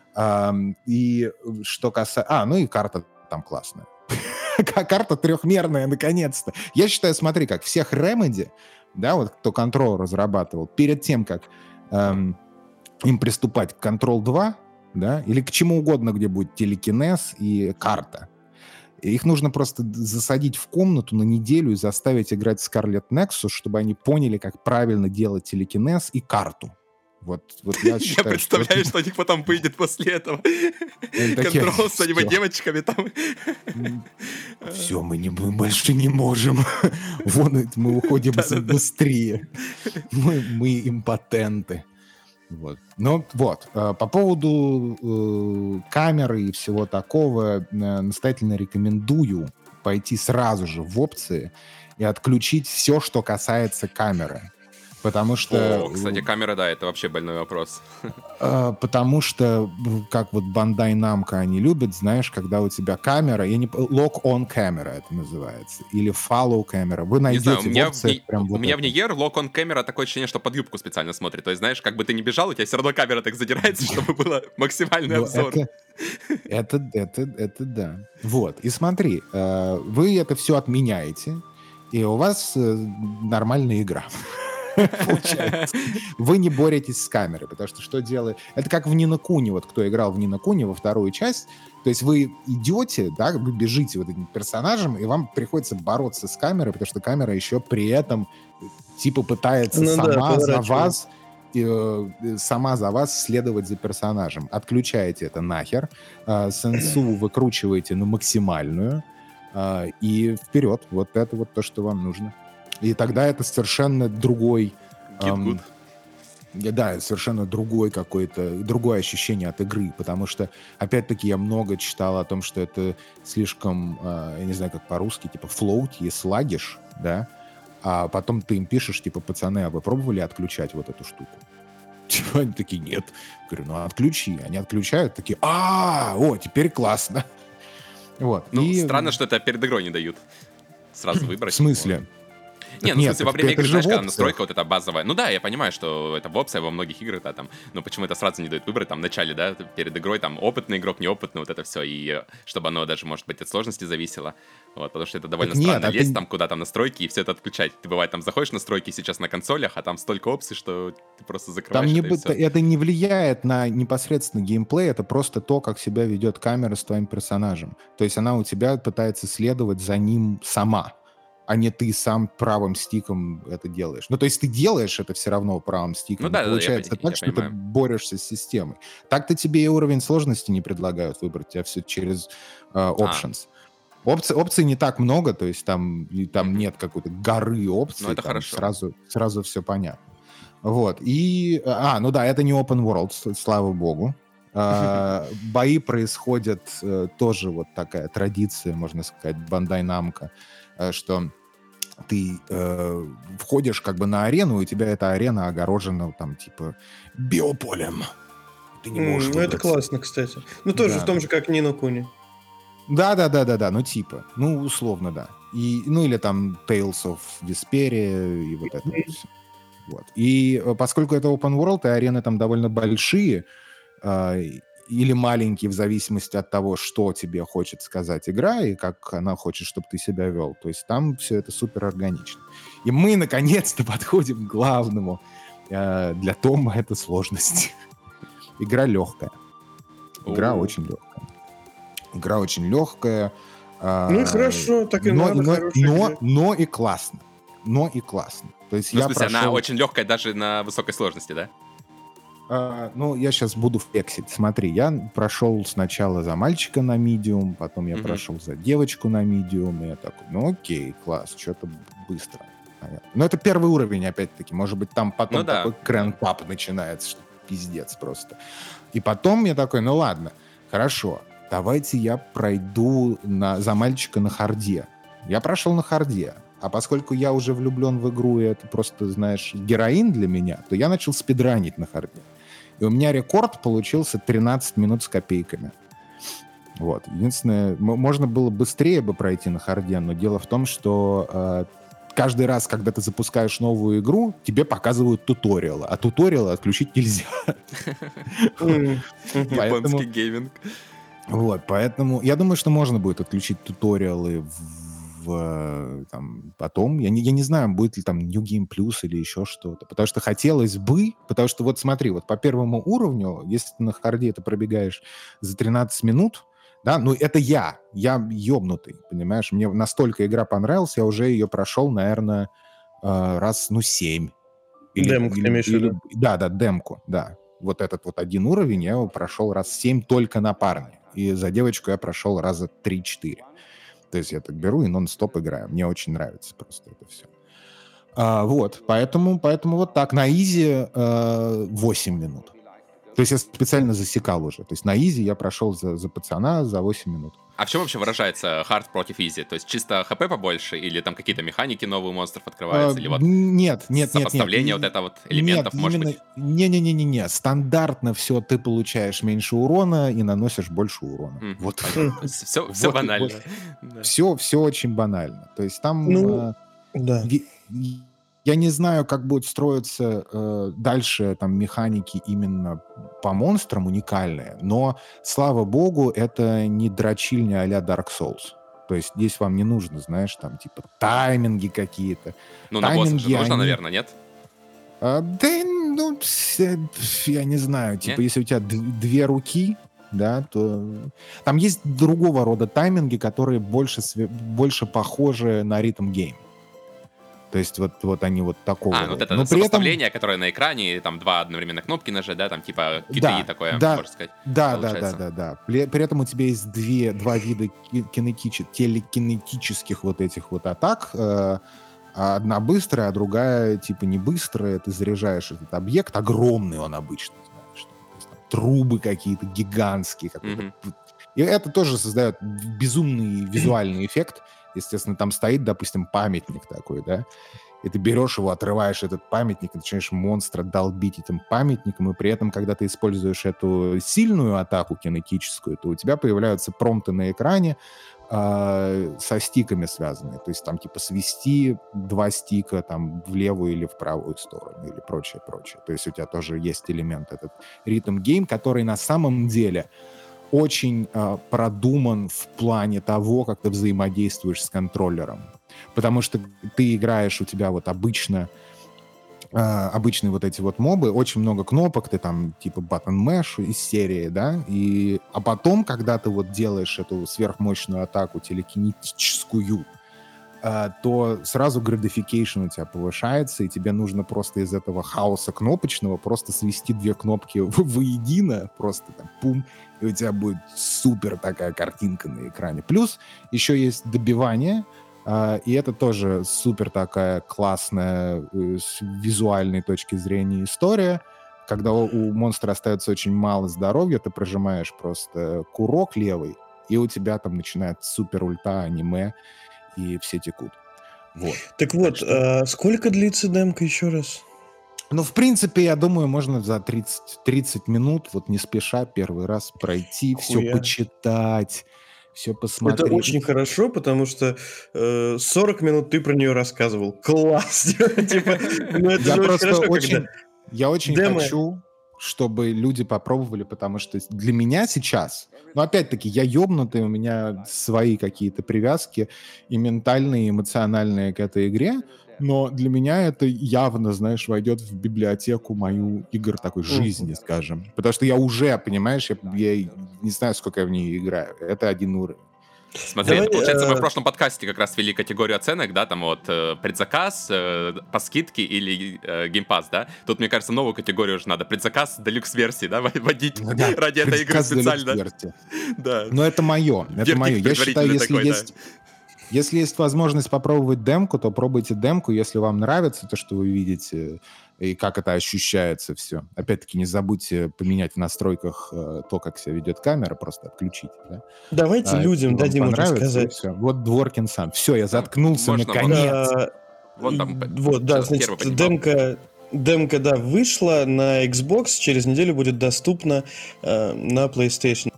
И что касается... ну и карта там классная. Карта трехмерная, наконец-то. Я считаю, смотри, как всех Remedy, да, вот кто Control разрабатывал, перед тем, как им приступать к Control 2, да, или к чему угодно, где будет телекинез и карта. Их нужно просто засадить в комнату на неделю и заставить играть Scarlet Nexus, чтобы они поняли, как правильно делать телекинез и карту. Вот я считаю, я представляю, что у них потом выйдет после этого. Контрол с аниме-девочками там. Все, мы больше не можем. Вон, мы уходим из индустрии. Мы импотенты. Вот. Ну вот, по поводу камеры и всего такого, настоятельно рекомендую пойти сразу же в опции и отключить все, что касается камеры. Потому что... кстати, камера, да, это вообще больной вопрос. Потому что, как вот Bandai Namco они любят, знаешь, когда у тебя камера, lock-on камера это называется, или follow камера. Вы найдете в опции прям вот у меня в Nier lock-on камера такое ощущение, что под юбку специально смотрит. То есть, знаешь, как бы ты ни бежал, у тебя все равно камера так задирается, чтобы было максимальный обзор. Это да. Вот, и смотри, вы это все отменяете, и у вас нормальная игра. Получается. Вы не боретесь с камерой, потому что делает... Это как в Ни но Куни, вот кто играл в Ни но Куни во вторую часть, то есть вы идете, да, вы бежите вот этим персонажем, и вам приходится бороться с камерой, потому что камера еще при этом типа пытается сама за вас следовать за персонажем. Отключаете это нахер, сенсу выкручиваете на максимальную, и вперед. Вот это вот то, что вам нужно. И тогда это совершенно другой... да, совершенно другое ощущение от игры, потому что, опять-таки, я много читал о том, что это слишком, я не знаю, как по-русски, типа флоути, слагиш, да, а потом ты им пишешь, типа, пацаны, а вы пробовали отключать вот эту штуку? Типа, они такие, нет. Я говорю, отключи. Они отключают, такие, теперь классно. Вот. Странно, что это перед игрой не дают. Сразу выбрать. В смысле? Не, в смысле, во время игры, знаешь, когда настройка вот эта базовая. Ну да, я понимаю, что это в опции во многих играх, да, там, но почему это сразу не дают выбрать, там, в начале, да, перед игрой, там, опытный игрок, неопытный, вот это все, и чтобы оно даже, может быть, от сложности зависело, вот, потому что это довольно странно лезть там куда-то в настройки и все это отключать. Ты, бывает, там, заходишь в настройки сейчас на консолях, а там столько опций, что ты просто закрываешь это не влияет на непосредственно геймплей, это просто то, как себя ведет камера с твоим персонажем. То есть она у тебя пытается следовать за ним сама, а не ты сам правым стиком это делаешь. Ну, то есть ты делаешь это все равно правым стиком. Ну да, получается так, что ты борешься с системой. Так-то тебе и уровень сложности не предлагают выбрать, тебя все через options. Опций не так много, то есть там нет какой-то горы опций. Ну, это хорошо. Сразу все понятно. Вот. И... это не open world, слава богу. Бои происходят тоже вот такая традиция, можно сказать, Bandai Namco, что ты входишь как бы на арену, и у тебя эта арена огорожена там типа биополем. Ты не можешь выбрать. Это классно, кстати. Ну, тоже в том же, как Ни но Куни. Да, типа. Ну, условно, да. Или там Tales of Vesperia и вот это все. Вот. И поскольку это open world, и арены там довольно большие, или маленькие, в зависимости от того, что тебе хочет сказать игра и как она хочет, чтобы ты себя вел. То есть там все это супер органично. И мы, наконец-то, подходим к главному. Для Тома это сложность. Игра легкая. Игра очень легкая. Игра очень легкая. Ну и хорошо, так и надо. Но и классно. Но и классно. То есть в смысле, она очень легкая даже на высокой сложности, да? Ну, я сейчас буду флексить. Смотри, я прошел сначала за мальчика на медиум, потом я прошел за девочку на медиум, и я такой, ну окей, класс, что-то быстро. Но это первый уровень, опять-таки. Может быть, там потом такой крэнк-ап начинается, что пиздец просто. И потом я такой, ну ладно, хорошо, давайте я пройду за мальчика на харде. Я прошел на харде. А поскольку я уже влюблен в игру, и это просто, знаешь, героин для меня, то я начал спидранить на харде. И у меня рекорд получился 13 минут с копейками. Вот. Единственное, можно было быстрее бы пройти на харде, но дело в том, что каждый раз, когда ты запускаешь новую игру, тебе показывают туториалы, а туториалы отключить нельзя. Японский гейминг. Вот, поэтому я думаю, что можно будет отключить туториалы потом. Я не знаю, будет ли там New Game Plus или еще что-то. Потому что хотелось бы... Потому что вот смотри, вот по первому уровню, если ты на харде это пробегаешь за 13 минут, да, ну это я ёбнутый, понимаешь? Мне настолько игра понравилась, я уже ее прошел, наверное, раз, 7. Демку ты имеешь в виду? Да, демку, да. Вот этот вот один уровень я его прошел раз 7 только на парне. И за девочку я прошел раза 3-4. То есть я так беру и нон-стоп играю. Мне очень нравится просто это все. Вот, поэтому вот так. На изи 8 минут. То есть я специально засекал уже. То есть на изи я прошел за пацана за 8 минут. А в чем вообще выражается хард против изи? То есть чисто хп побольше или там какие-то механики новые монстров открываются? Или вот нет. Сопоставление вот это вот элементов, может быть? Не. Стандартно все, ты получаешь меньше урона и наносишь больше урона. Вот. Все банально. Все очень банально. То есть там... Ну, да. Я не знаю, как будет строиться дальше там механики именно по монстрам уникальные, но, слава богу, это не дрочильня а-ля Dark Souls. То есть здесь вам не нужно, знаешь, там типа тайминги какие-то. Ну, на босса же нужно, наверное, нет? Я не знаю. Типа, если у тебя две руки, да, то... Там есть другого рода тайминги, которые больше похожи на ритм-гейм. То есть вот они вот такого. Вот это сопоставление, которое на экране, там два одновременно кнопки нажать, да, там типа QTE такое, можно сказать. Да. При этом у тебя есть два вида телекинетических вот этих вот атак. Одна быстрая, а другая типа не быстрая. Ты заряжаешь этот объект, огромный он обычно, знаешь. То есть, там, трубы какие-то гигантские. И это тоже создает безумный визуальный эффект. Естественно, там стоит, допустим, памятник такой, да, и ты берешь его, отрываешь этот памятник, и начинаешь монстра долбить этим памятником, и при этом, когда ты используешь эту сильную атаку кинетическую, то у тебя появляются промпты на экране со стиками связанные, то есть там типа свести 2 стика там в левую или в правую сторону, или прочее. То есть у тебя тоже есть элемент этот ритм-гейм, который на самом деле... очень продуман в плане того, как ты взаимодействуешь с контроллером. Потому что ты играешь, у тебя вот обычные вот эти вот мобы, очень много кнопок, ты там типа button mash из серии, да, а потом, когда ты вот делаешь эту сверхмощную атаку телекинетическую, то сразу градификейшн у тебя повышается, и тебе нужно просто из этого хаоса кнопочного просто свести 2 кнопки воедино, просто там пум, и у тебя будет супер такая картинка на экране. Плюс еще есть добивание, и это тоже супер такая классная с визуальной точки зрения история. Когда у монстра остается очень мало здоровья, ты прожимаешь просто курок левый, и у тебя там начинает супер ульта, аниме, и все текут. Вот. Так вот, сколько длится демка еще раз? Ну, в принципе, я думаю, можно за 30 минут, вот не спеша, первый раз пройти, все почитать, все посмотреть. Это очень хорошо, потому что 40 минут ты про нее рассказывал. Класс! Я очень хочу чтобы люди попробовали, потому что для меня сейчас, ну, опять-таки, я ёбнутый, у меня свои какие-то привязки и ментальные, и эмоциональные к этой игре, но для меня это явно, знаешь, войдет в библиотеку мою игр такой жизни, скажем. Потому что я уже, понимаешь, я не знаю, сколько я в ней играю. Это один уровень. Смотри, получается, мы в прошлом подкасте как раз ввели категорию оценок, да, там вот предзаказ, по скидке или геймпасс, да? Тут, мне кажется, новую категорию уже надо. Предзаказ делюкс-версии, да, вводить ради этой игры специально. Да. Но это мое, это мое. Я считаю, если есть возможность попробовать демку, то пробуйте демку, если вам нравится то, что вы видите, и как это ощущается все. Опять-таки, не забудьте поменять в настройках то, как себя ведет камера, просто отключить. Да? Давайте людям дадим это сказать. Все. Вот Дворкин сам. Все, я заткнулся, наконец. Вот, да, значит, демка, да, вышла на Xbox, через неделю будет доступна на PlayStation.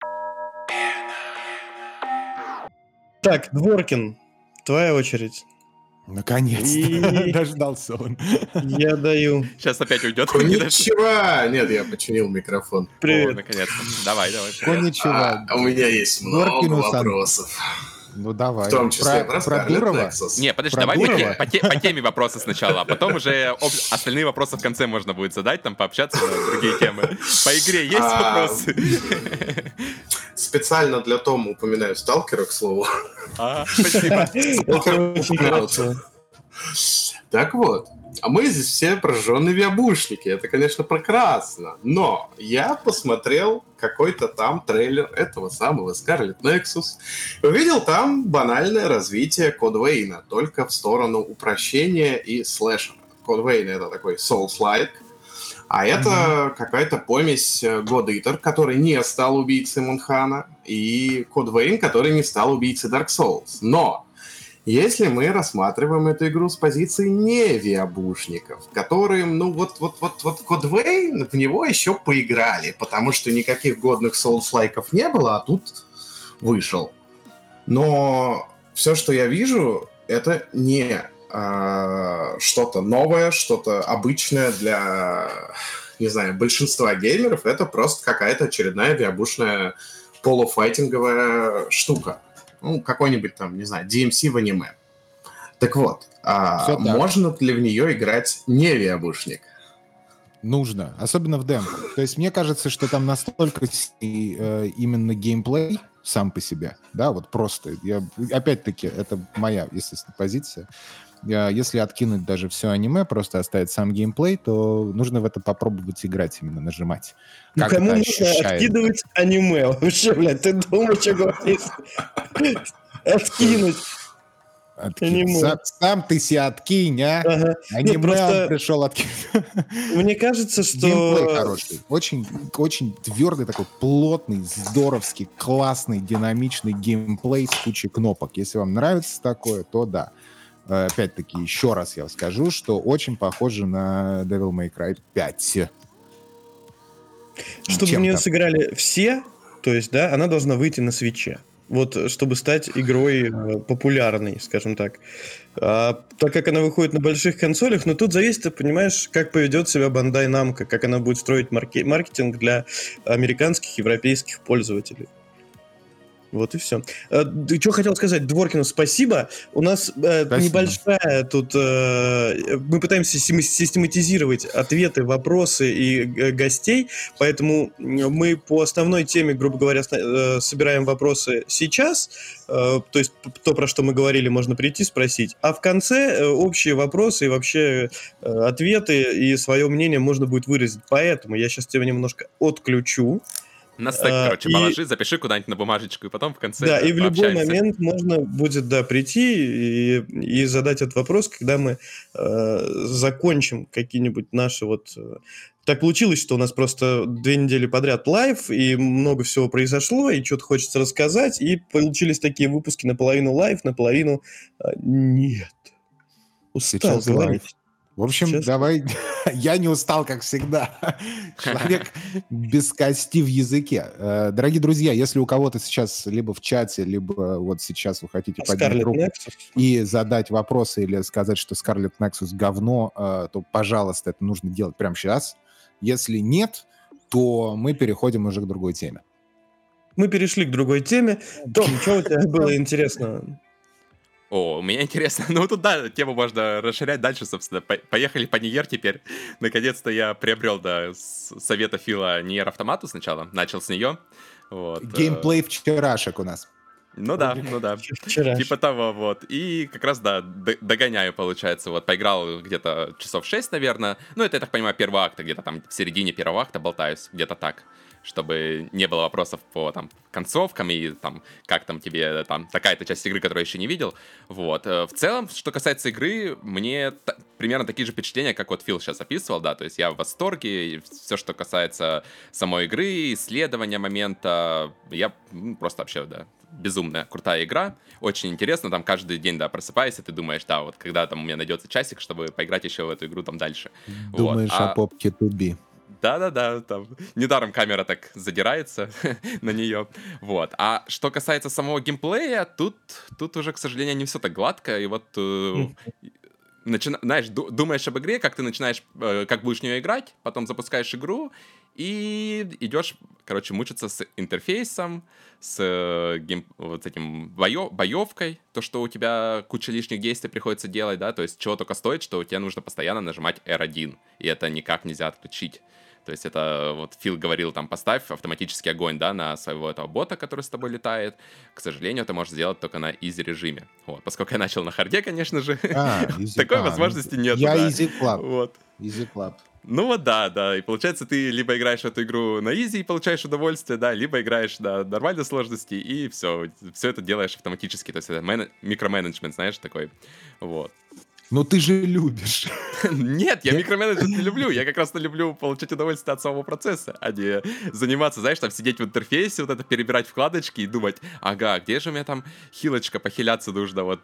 Так, Дворкин, твоя очередь. Наконец-то. Дождался он. Я даю. Сейчас опять уйдет. Коничева! Нет, я починил микрофон. Привет. Наконец-то. Давай. Коничева. У меня есть много вопросов. Ну давай. В том числе про Дурова? Не, подожди, давай по теме вопросы сначала, а потом уже остальные вопросы в конце можно будет задать, там пообщаться на другие темы. По игре есть вопросы? Специально для Тома упоминаю Сталкера, к слову. Спасибо. Так вот, а мы здесь все прожженные виабушники. Это, конечно, прекрасно. Но я посмотрел какой-то там трейлер этого самого Scarlet Nexus. Увидел там банальное развитие Код Вейна, только в сторону упрощения и слэшера. Код Вейн — это такой Souls-like. А это какая-то помесь God Eater, который не стал убийцей Мунхана, и Код Вейн, который не стал убийцей Dark Souls. Но если мы рассматриваем эту игру с позиции не виабушников, которым, Код Вейн, в него еще поиграли, потому что никаких годных Souls-лайков не было, а тут вышел. Но все, что я вижу, это не что-то новое, что-то обычное для, не знаю, большинства геймеров. Это просто какая-то очередная виабушная полуфайтинговая штука. Ну, какой-нибудь там, не знаю, DMC в аниме. Так вот, можно ли в нее играть не виабушник? Нужно, особенно в демку. То есть мне кажется, что там настолько именно геймплей сам по себе, да, вот просто. Опять-таки, это моя, естественно, позиция. Если откинуть даже все аниме, просто оставить сам геймплей, то нужно в это попробовать играть, именно нажимать. Ну, кому нужно откидывать аниме? Вообще, блядь, ты думаешь, что говоришь? Откинуть. Сам ты себя откинь, а? Ага. Аниме он пришел откинуть. Мне кажется, что... Геймплей хороший. Очень, очень твердый, такой плотный, здоровский, классный, динамичный геймплей с кучей кнопок. Если вам нравится такое, то да. Опять-таки, еще раз я скажу, что очень похоже на Devil May Cry 5. Чтобы в нее сыграли все, то есть, да, она должна выйти на Свитче. Вот, чтобы стать игрой популярной, скажем так. Так как она выходит на больших консолях, но тут зависит, ты понимаешь, как поведет себя Bandai Namco, как она будет строить маркетинг для американских, европейских пользователей. Вот и все. Что хотел сказать Дворкину спасибо. У нас небольшая тут... мы пытаемся систематизировать ответы, вопросы и гостей, поэтому мы по основной теме, грубо говоря, собираем вопросы сейчас, то есть то, про что мы говорили, можно прийти спросить, а в конце общие вопросы и вообще ответы и свое мнение можно будет выразить. Поэтому я сейчас тебя немножко отключу. На стек, короче, положи, запиши куда-нибудь на бумажечку, и потом в конце да, и в любой момент можно будет, да, прийти и задать этот вопрос, когда мы закончим какие-нибудь наши вот... Так получилось, что у нас просто 2 недели подряд лайв, и много всего произошло, и что-то хочется рассказать, и получились такие выпуски наполовину лайв, наполовину нет. Устал говорить. В общем, сейчас... давай... Я не устал, как всегда. Человек без кости в языке. Дорогие друзья, если у кого-то сейчас либо в чате, либо вот сейчас вы хотите поднять руку и задать вопросы или сказать, что Scarlet Nexus говно, то, пожалуйста, это нужно делать прямо сейчас. Если нет, то мы переходим уже к другой теме. Мы перешли к другой теме. Том, что у тебя было интересного? О, у меня интересно. Ну, тут, да, тему можно расширять дальше, собственно. Поехали по Ниер теперь. Наконец-то я приобрел, да, с совета Фила Ниер Автомату сначала. Начал с нее. Вот. Геймплей вчерашек у нас. Ну да. Вчера. Типа того, вот. И как раз, да, догоняю, получается. Вот, поиграл где-то часов 6, наверное. Ну, это, я так понимаю, первого акта, где-то там в середине первого акта болтаюсь, где-то так. Чтобы не было вопросов по там концовкам и там как там тебе там такая-то часть игры, которую я еще не видел. Вот. В целом, что касается игры, мне примерно такие же впечатления, как вот Фил сейчас описывал, да, то есть я в восторге, и все, что касается самой игры, исследования момента, я просто вообще, да, безумная, крутая игра, очень интересно, там каждый день, да, просыпаешься, ты думаешь, да, вот когда там у меня найдется часик, чтобы поиграть еще в эту игру там дальше. Думаешь вот. о попке Туби. Да, там недаром камера так задирается на нее. Вот. А что касается самого геймплея, тут уже, к сожалению, не все так гладко. И вот знаешь, думаешь об игре, как ты начинаешь, как будешь в нее играть, потом запускаешь игру и идешь, короче, мучиться с интерфейсом, с вот этим боевкой, то, что у тебя куча лишних действий приходится делать, да, то есть чего только стоит, что тебе нужно постоянно нажимать R1, и это никак нельзя отключить. То есть это вот Фил говорил, там, поставь автоматический огонь, да, на своего этого бота, который с тобой летает. К сожалению, это можешь сделать только на изи режиме. Вот. Поскольку я начал на харде, конечно же, такой возможности нет. Я Easy Club. Вот. Easy Club. Ну вот да. И получается, ты либо играешь в эту игру на изи и получаешь удовольствие, да, либо играешь на нормальной сложности, и все это делаешь автоматически. То есть это микроменеджмент, знаешь, такой. Вот. Но ты же любишь. Нет, я микроменеджмент не люблю. Я как раз люблю получать удовольствие от самого процесса, а не заниматься, знаешь, там сидеть в интерфейсе, вот это перебирать вкладочки и думать, ага, где же у меня там хилочка, похиляться нужно, вот.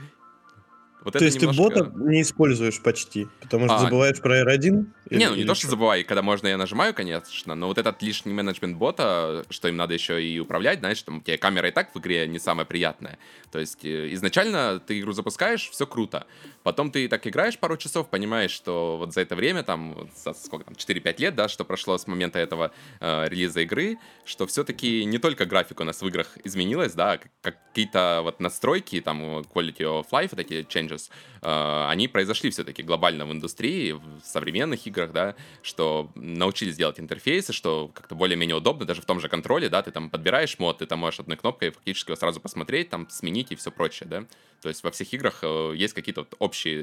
Вот то есть немножко... ты бота не используешь почти, потому что забываешь про R1? Не, ну не то, что забывай, когда можно я нажимаю, конечно, но вот этот лишний менеджмент бота, что им надо еще и управлять, знаешь, там у тебя камера и так в игре не самая приятная. То есть изначально ты игру запускаешь, все круто. Потом ты так играешь пару часов, понимаешь, что вот за это время, там, сколько там, 4-5 лет, да, что прошло с момента этого релиза игры, что все-таки не только графика у нас в играх изменилась, да, какие-то вот настройки, там, quality of life, вот эти changes, они произошли все-таки глобально в индустрии, в современных играх, да, что научились делать интерфейсы, что как-то более-менее удобно, даже в том же контроле, да, ты там подбираешь мод, ты там можешь одной кнопкой фактически его сразу посмотреть, там, сменить и все прочее, да. То есть во всех играх есть какие-то вот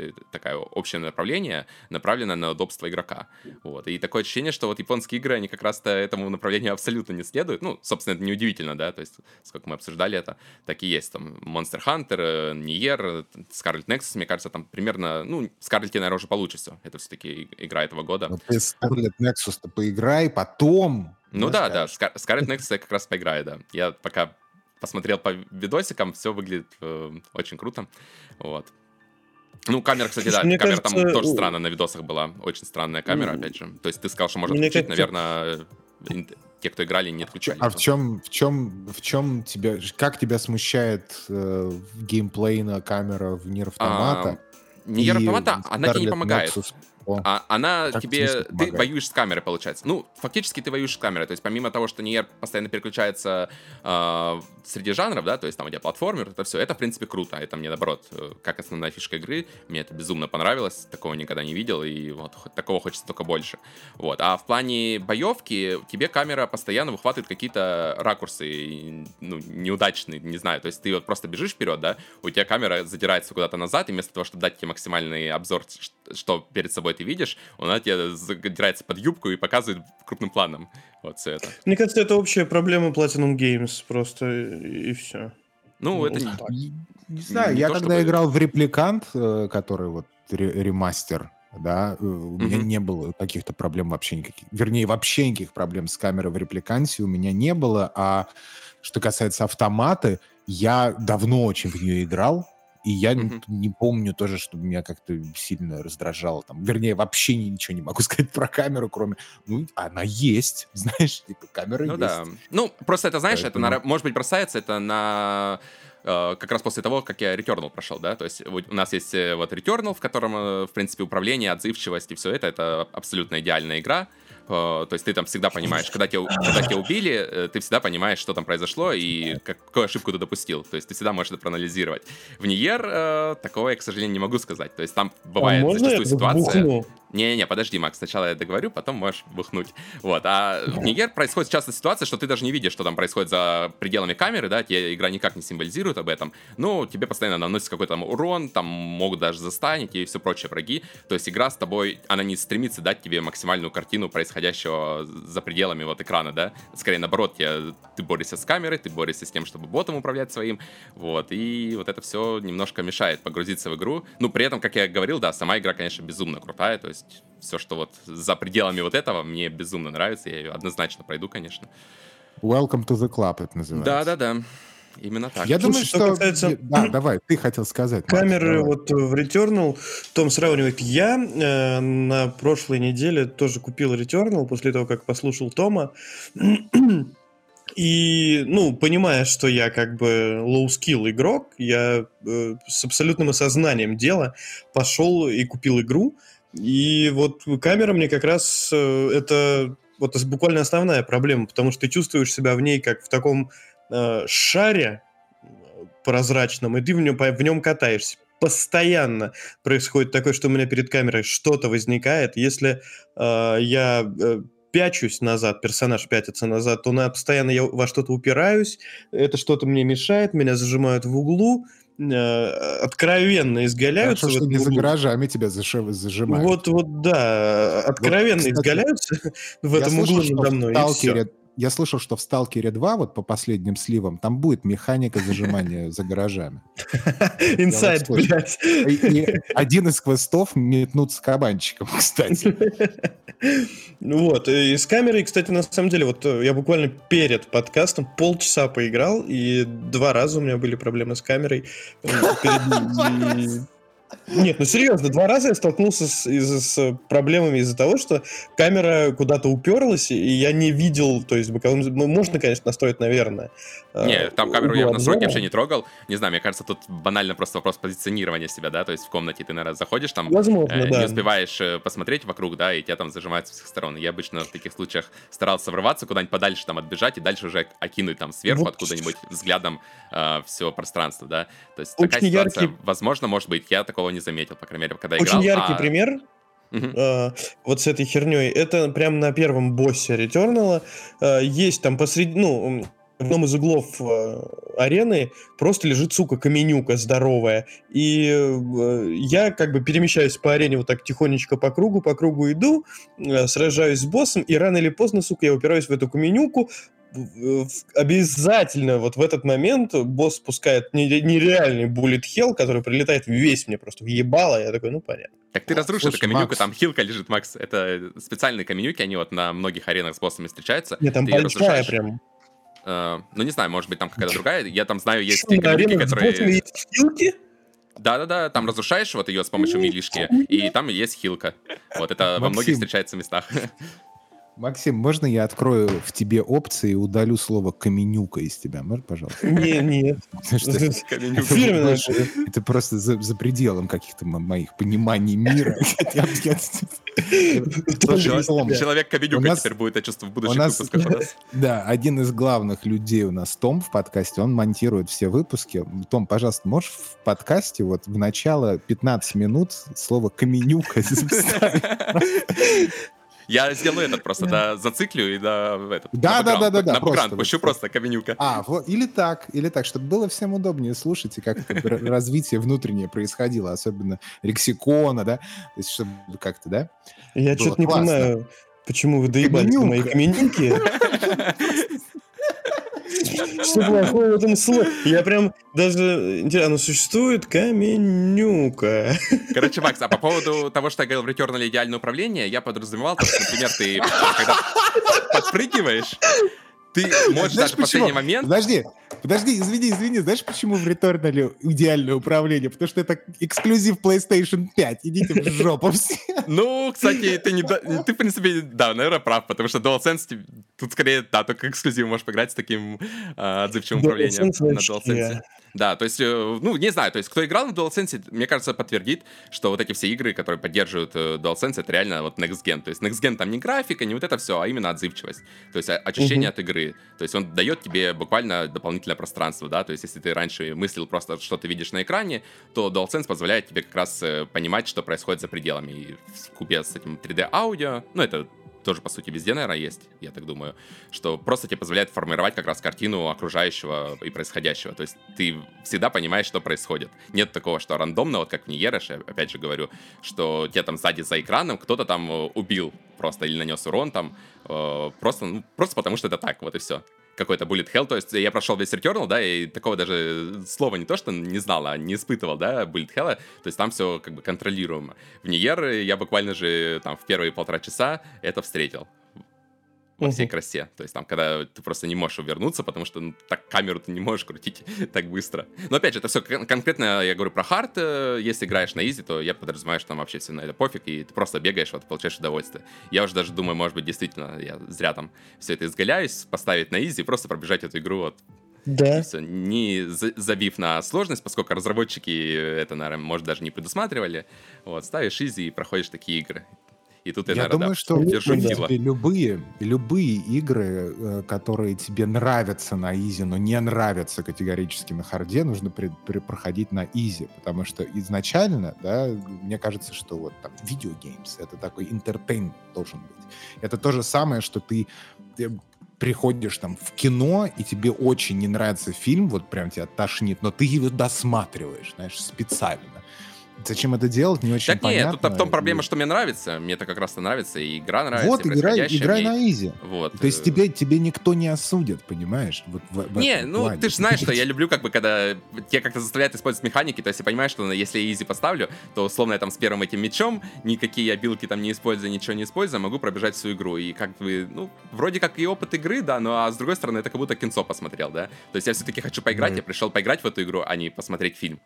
общее направление, направленное на удобство игрока. Вот. И такое ощущение, что вот японские игры, они как раз-то этому направлению абсолютно не следуют. Ну, собственно, это неудивительно, да, то есть, сколько мы обсуждали это, так и есть. Там Monster Hunter, Nier, Scarlet Nexus, мне кажется, там примерно, ну, Scarlet, наверное, уже получше все. Это все-таки игра этого года. Но ты Scarlet Nexus-то поиграй, потом... Ну да, Scarlet Nexus я как раз поиграю, да. Я пока посмотрел по видосикам, все выглядит очень круто. Вот. Ну, камера, кстати, да, мне камера кажется, там тоже странная на видосах была. Очень странная камера, опять же. То есть ты сказал, что можно отключить, наверное, те, кто играли, не отключали. А в чем тебя... Как тебя смущает геймплейная камера в Nier Automata? Nier Automata, она тебе не помогает. Nexus. Она тебе... Ты воюешь с камерой, получается. Ну, фактически ты воюешь с камерой. То есть помимо того, что Nier постоянно переключается среди жанров, да, то есть там у тебя платформер, это все, это в принципе круто. Это мне, наоборот, как основная фишка игры, мне это безумно понравилось. Такого никогда не видел, и вот такого хочется только больше. Вот. А в плане боевки тебе камера постоянно выхватывает какие-то ракурсы, ну, неудачные, не знаю. То есть ты вот просто бежишь вперед, да, у тебя камера задирается куда-то назад, и вместо того, чтобы дать тебе максимальный обзор, что перед собой ты видишь, она тебе задирается под юбку и показывает крупным планом. Вот все это. Мне кажется, это общая проблема Platinum Games просто, и все. Ну, это не знаю, я когда играл в Репликант, который вот ремастер, да, у меня не было каких-то проблем вообще никаких. Вернее, вообще никаких проблем с камерой в Репликанте у меня не было. А что касается Автоматы, я давно очень в нее играл. И я не помню тоже, чтобы меня как-то сильно раздражало. Там, вернее, вообще ничего не могу сказать про камеру, кроме... Ну, она есть, знаешь, типа камера есть. Да. Ну, просто это, знаешь, поэтому... это, может быть, бросается это на... как раз после того, как я Returnal прошел, да, то есть у нас есть вот Returnal, в котором, в принципе, управление, отзывчивость и все это абсолютно идеальная игра, то есть ты там всегда понимаешь, когда тебя убили, ты всегда понимаешь, что там произошло и какую ошибку ты допустил, то есть ты всегда можешь это проанализировать. В Ниер такого я, к сожалению, не могу сказать, то есть там бывает зачастую ситуация... Не-не-не, подожди, Макс, сначала я договорю, потом можешь бухнуть. Вот, а в Ниер происходит часто ситуация, что ты даже не видишь, что там происходит за пределами камеры, да, тебе игра никак не символизирует об этом, но тебе постоянно наносит какой-то там урон, там могут даже застанить и все прочие враги, то есть игра с тобой, она не стремится дать тебе максимальную картину происходящего за пределами вот экрана, да, скорее наоборот, ты борешься с камерой, ты борешься с тем, чтобы ботом управлять своим, вот, и вот это все немножко мешает погрузиться в игру, ну, при этом, как я говорил, да, сама игра, конечно, безумно крутая, то есть все, что вот за пределами вот этого, мне безумно нравится. Я ее однозначно пройду, конечно. Welcome to the club это называется. Да-да-да. Именно так. Я думаю, что... Касается... Да, давай, ты хотел сказать. Камеры вот в Returnal, Том сравнивает. Я на прошлой неделе тоже купил Returnal после того, как послушал Тома. И, ну, понимая, что я как бы low-skill игрок, я с абсолютным осознанием дела пошел и купил игру. И вот камера мне как раз это вот буквально основная проблема, потому что ты чувствуешь себя в ней как в таком шаре прозрачном, и ты в нем катаешься. Постоянно происходит такое, что у меня перед камерой что-то возникает. Если я пячусь назад, персонаж пятится назад, то постоянно я во что-то упираюсь, это что-то мне мешает, меня зажимают в углу, откровенно изгаляются. Хорошо, что не за гаражами тебя зажимают. Вот, да, откровенно вот, кстати, изгаляются в этом углу надо мной. Я слышал, что в Сталкере 2, вот по последним сливам, там будет механика зажимания за гаражами. Инсайд, блядь. Один из квестов метнуться кабанчиком, кстати. Ну вот, и с камерой, кстати, на самом деле, вот я буквально перед подкастом полчаса поиграл, и 2 раза у меня были проблемы с камерой. Нет, ну серьезно, 2 раза я столкнулся с проблемами из-за того, что камера куда-то уперлась, и я не видел, то есть можно, конечно, настроить, наверное. Не, там камеру я в настройке вообще не трогал. Не знаю, мне кажется, тут банально просто вопрос позиционирования себя, да, то есть в комнате ты, наверное, заходишь, там не успеваешь посмотреть вокруг, да, и тебя там зажимают с всех сторон. Я обычно в таких случаях старался врываться куда-нибудь подальше, там, отбежать, и дальше уже окинуть там сверху откуда-нибудь взглядом все пространство, да. То есть такая ситуация, возможно, может быть, я такого не заметил, по крайней мере, когда играл. Очень яркий пример вот с этой херней. Это прям на первом боссе Returnal. Есть там посреди, ну, в одном из углов арены просто лежит, сука, каменюка здоровая. И я как бы перемещаюсь по арене вот так тихонечко по кругу иду, сражаюсь с боссом, и рано или поздно, сука, я упираюсь в эту каменюку. Обязательно вот в этот момент босс спускает нереальный bullet hell, который прилетает весь мне просто в ебало. Я такой, ну понятно. Так ты разрушишь эту каменюку, там хилка лежит, Макс. Это специальные каменюки, они вот на многих аренах с боссами встречаются. Нет, там большая прям. Ну не знаю, может быть там какая-то другая. Я там знаю, есть каменюки, которые... Есть хилки? Да-да-да, там разрушаешь вот ее с помощью милишки, и там есть хилка. Вот это во многих встречается местах. Максим, можно я открою в тебе опции и удалю слово «каменюка» из тебя? Можно, пожалуйста? Нет. Это просто за пределом каких-то моих пониманий мира. Человек-каменюка теперь будет, я чувствую, в будущих выпусках у нас. Да, один из главных людей у нас, Том, в подкасте, он монтирует все выпуски. Том, пожалуйста, можешь в подкасте вот в начало 15 минут слово «каменюка» записать? Я сделаю этот просто, да, зациклю и да. Да. На бэкграунд пущу просто каменюка. Или так, чтобы было всем удобнее слушать, и как-то развитие внутреннее происходило, особенно лексикона, да, то есть чтобы как-то, да. Я что-то не понимаю, почему вы доебались до моей каменюки. Что плохого в этом слове? Я прям даже... Оно существует? Каменюка. Короче, Макс, а по поводу того, что я говорил в Returnal идеальное управление, я подразумевал, что, например, ты когда подпрыгиваешь, ты можешь даже в последний момент... Подожди, извини, знаешь, почему в Returnal идеальное управление? Потому что это эксклюзив PlayStation 5. Идите в жопу все. Ну, кстати, ты, в принципе, да, наверное, прав, потому что DualSense, тут скорее, да, только эксклюзив можешь поиграть с таким отзывчивым управлением на DualSense. Да, то есть, ну, не знаю, то есть, кто играл на DualSense, мне кажется, подтвердит, что вот эти все игры, которые поддерживают DualSense, это реально вот Next Gen. То есть, Next Gen там не графика, не вот это все, а именно отзывчивость. То есть, ощущение от игры. То есть, он дает тебе буквально дополнительное пространство, да, то есть, если ты раньше мыслил просто, что ты видишь на экране, то DualSense позволяет тебе как раз понимать, что происходит за пределами. И вкупе с этим 3D-аудио, ну, это тоже, по сути, везде, наверное, есть, я так думаю, что просто тебе позволяет формировать как раз картину окружающего и происходящего. То есть ты всегда понимаешь, что происходит. Нет такого, что рандомно, вот как в Ниерыше, опять же говорю, что тебя там сзади за экраном кто-то там убил просто или нанес урон там, просто потому что это так, вот и все. Какой-то bullet hell, то есть я прошел весь Returnal, да, и такого даже слова не то, что не знал, а не испытывал, да, bullet hell, то есть там все как бы контролируемо. В Ниер я буквально же там в первые 1,5 часа это встретил во всей красе. То есть там, когда ты просто не можешь увернуться, потому что так камеру ты не можешь крутить так быстро. Но опять же, это все конкретно, я говорю про хард. Если играешь на изи, то я подразумеваю, что там вообще все на это пофиг, и ты просто бегаешь, вот, получаешь удовольствие. Я уже даже думаю, может быть, действительно, я зря там все это изгаляюсь, поставить на изи и просто пробежать эту игру вот. Да. Все, не забив на сложность, поскольку разработчики это, наверное, может, даже не предусматривали. Вот, ставишь изи и проходишь такие игры. И тут я думаю, что держу фила. любые игры, которые тебе нравятся на изи, но не нравятся категорически на харде, нужно проходить на изи, потому что изначально, да, мне кажется, что вот там видеогеймс, это такой entertainment должен быть. Это то же самое, что ты приходишь там в кино, и тебе очень не нравится фильм, вот прям тебя тошнит, но ты его досматриваешь, знаешь, специально. Зачем это делать, не очень понятно. Нет, тут в том проблема, что мне нравится. Мне это как раз-то нравится, и игра нравится. Вот, играй на изи. Вот. То есть тебе никто не осудит, понимаешь? Вот ты же знаешь, что я люблю, как бы, когда тебя как-то заставляют использовать механики, то есть я понимаю, что если я изи поставлю, то, условно, я там с первым этим мечом, никакие обилки там не используя, ничего не используя, могу пробежать всю игру. И как бы, вроде как и опыт игры, да, но а с другой стороны, это как будто кинцо посмотрел, да? То есть я все-таки хочу поиграть, я пришел поиграть в эту игру, а не посмотреть фильм.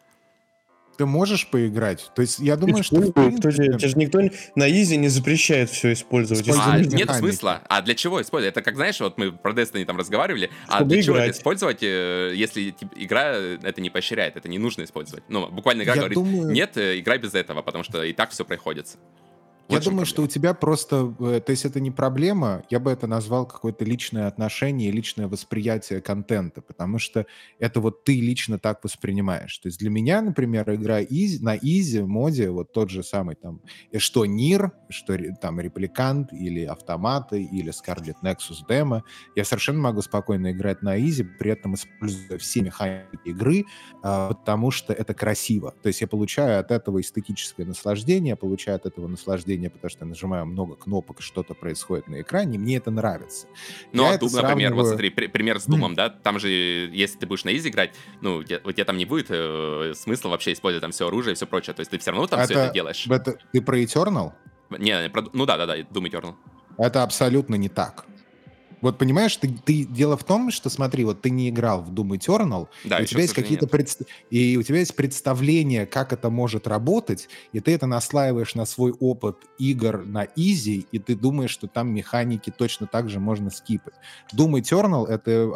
Ты можешь поиграть? То есть я думаю, что... Тебе же никто на изи не запрещает все использовать. Нет смысла. А для чего использовать? Это как, знаешь, вот мы про Destiny там разговаривали, а для чего это использовать, если игра это не поощряет, это не нужно использовать? Ну, буквально игра говорит, нет, играй без этого, потому что и так все приходится. Я думаю, что у тебя просто... То есть это не проблема, я бы это назвал какое-то личное отношение, личное восприятие контента, потому что это вот ты лично так воспринимаешь. То есть для меня, например, игра на изи моде, вот тот же самый там, что Нир, что там Репликант, или Автоматы, или Scarlet Nexus Demo, я совершенно могу спокойно играть на изи, при этом используя все механики игры, потому что это красиво. То есть я получаю от этого эстетическое наслаждение, я получаю от этого наслаждение, потому что я нажимаю много кнопок, и что-то происходит на экране, мне это нравится. Ну, а Doom, например, вот смотри, пример с Думом, да, там же, если ты будешь на изи играть, у тебя там не будет смысла вообще использовать там все оружие и все прочее, то есть ты все равно там все это делаешь. Ты про Eternal? Да, Doom Eternal. Это абсолютно не так. Вот понимаешь, дело в том, что смотри, вот ты не играл в Doom Eternal, да, и у тебя есть какие-то и у тебя есть представление, как это может работать, и ты это наслаиваешь на свой опыт игр на изи, и ты думаешь, что там механики точно так же можно скипать. Doom Eternal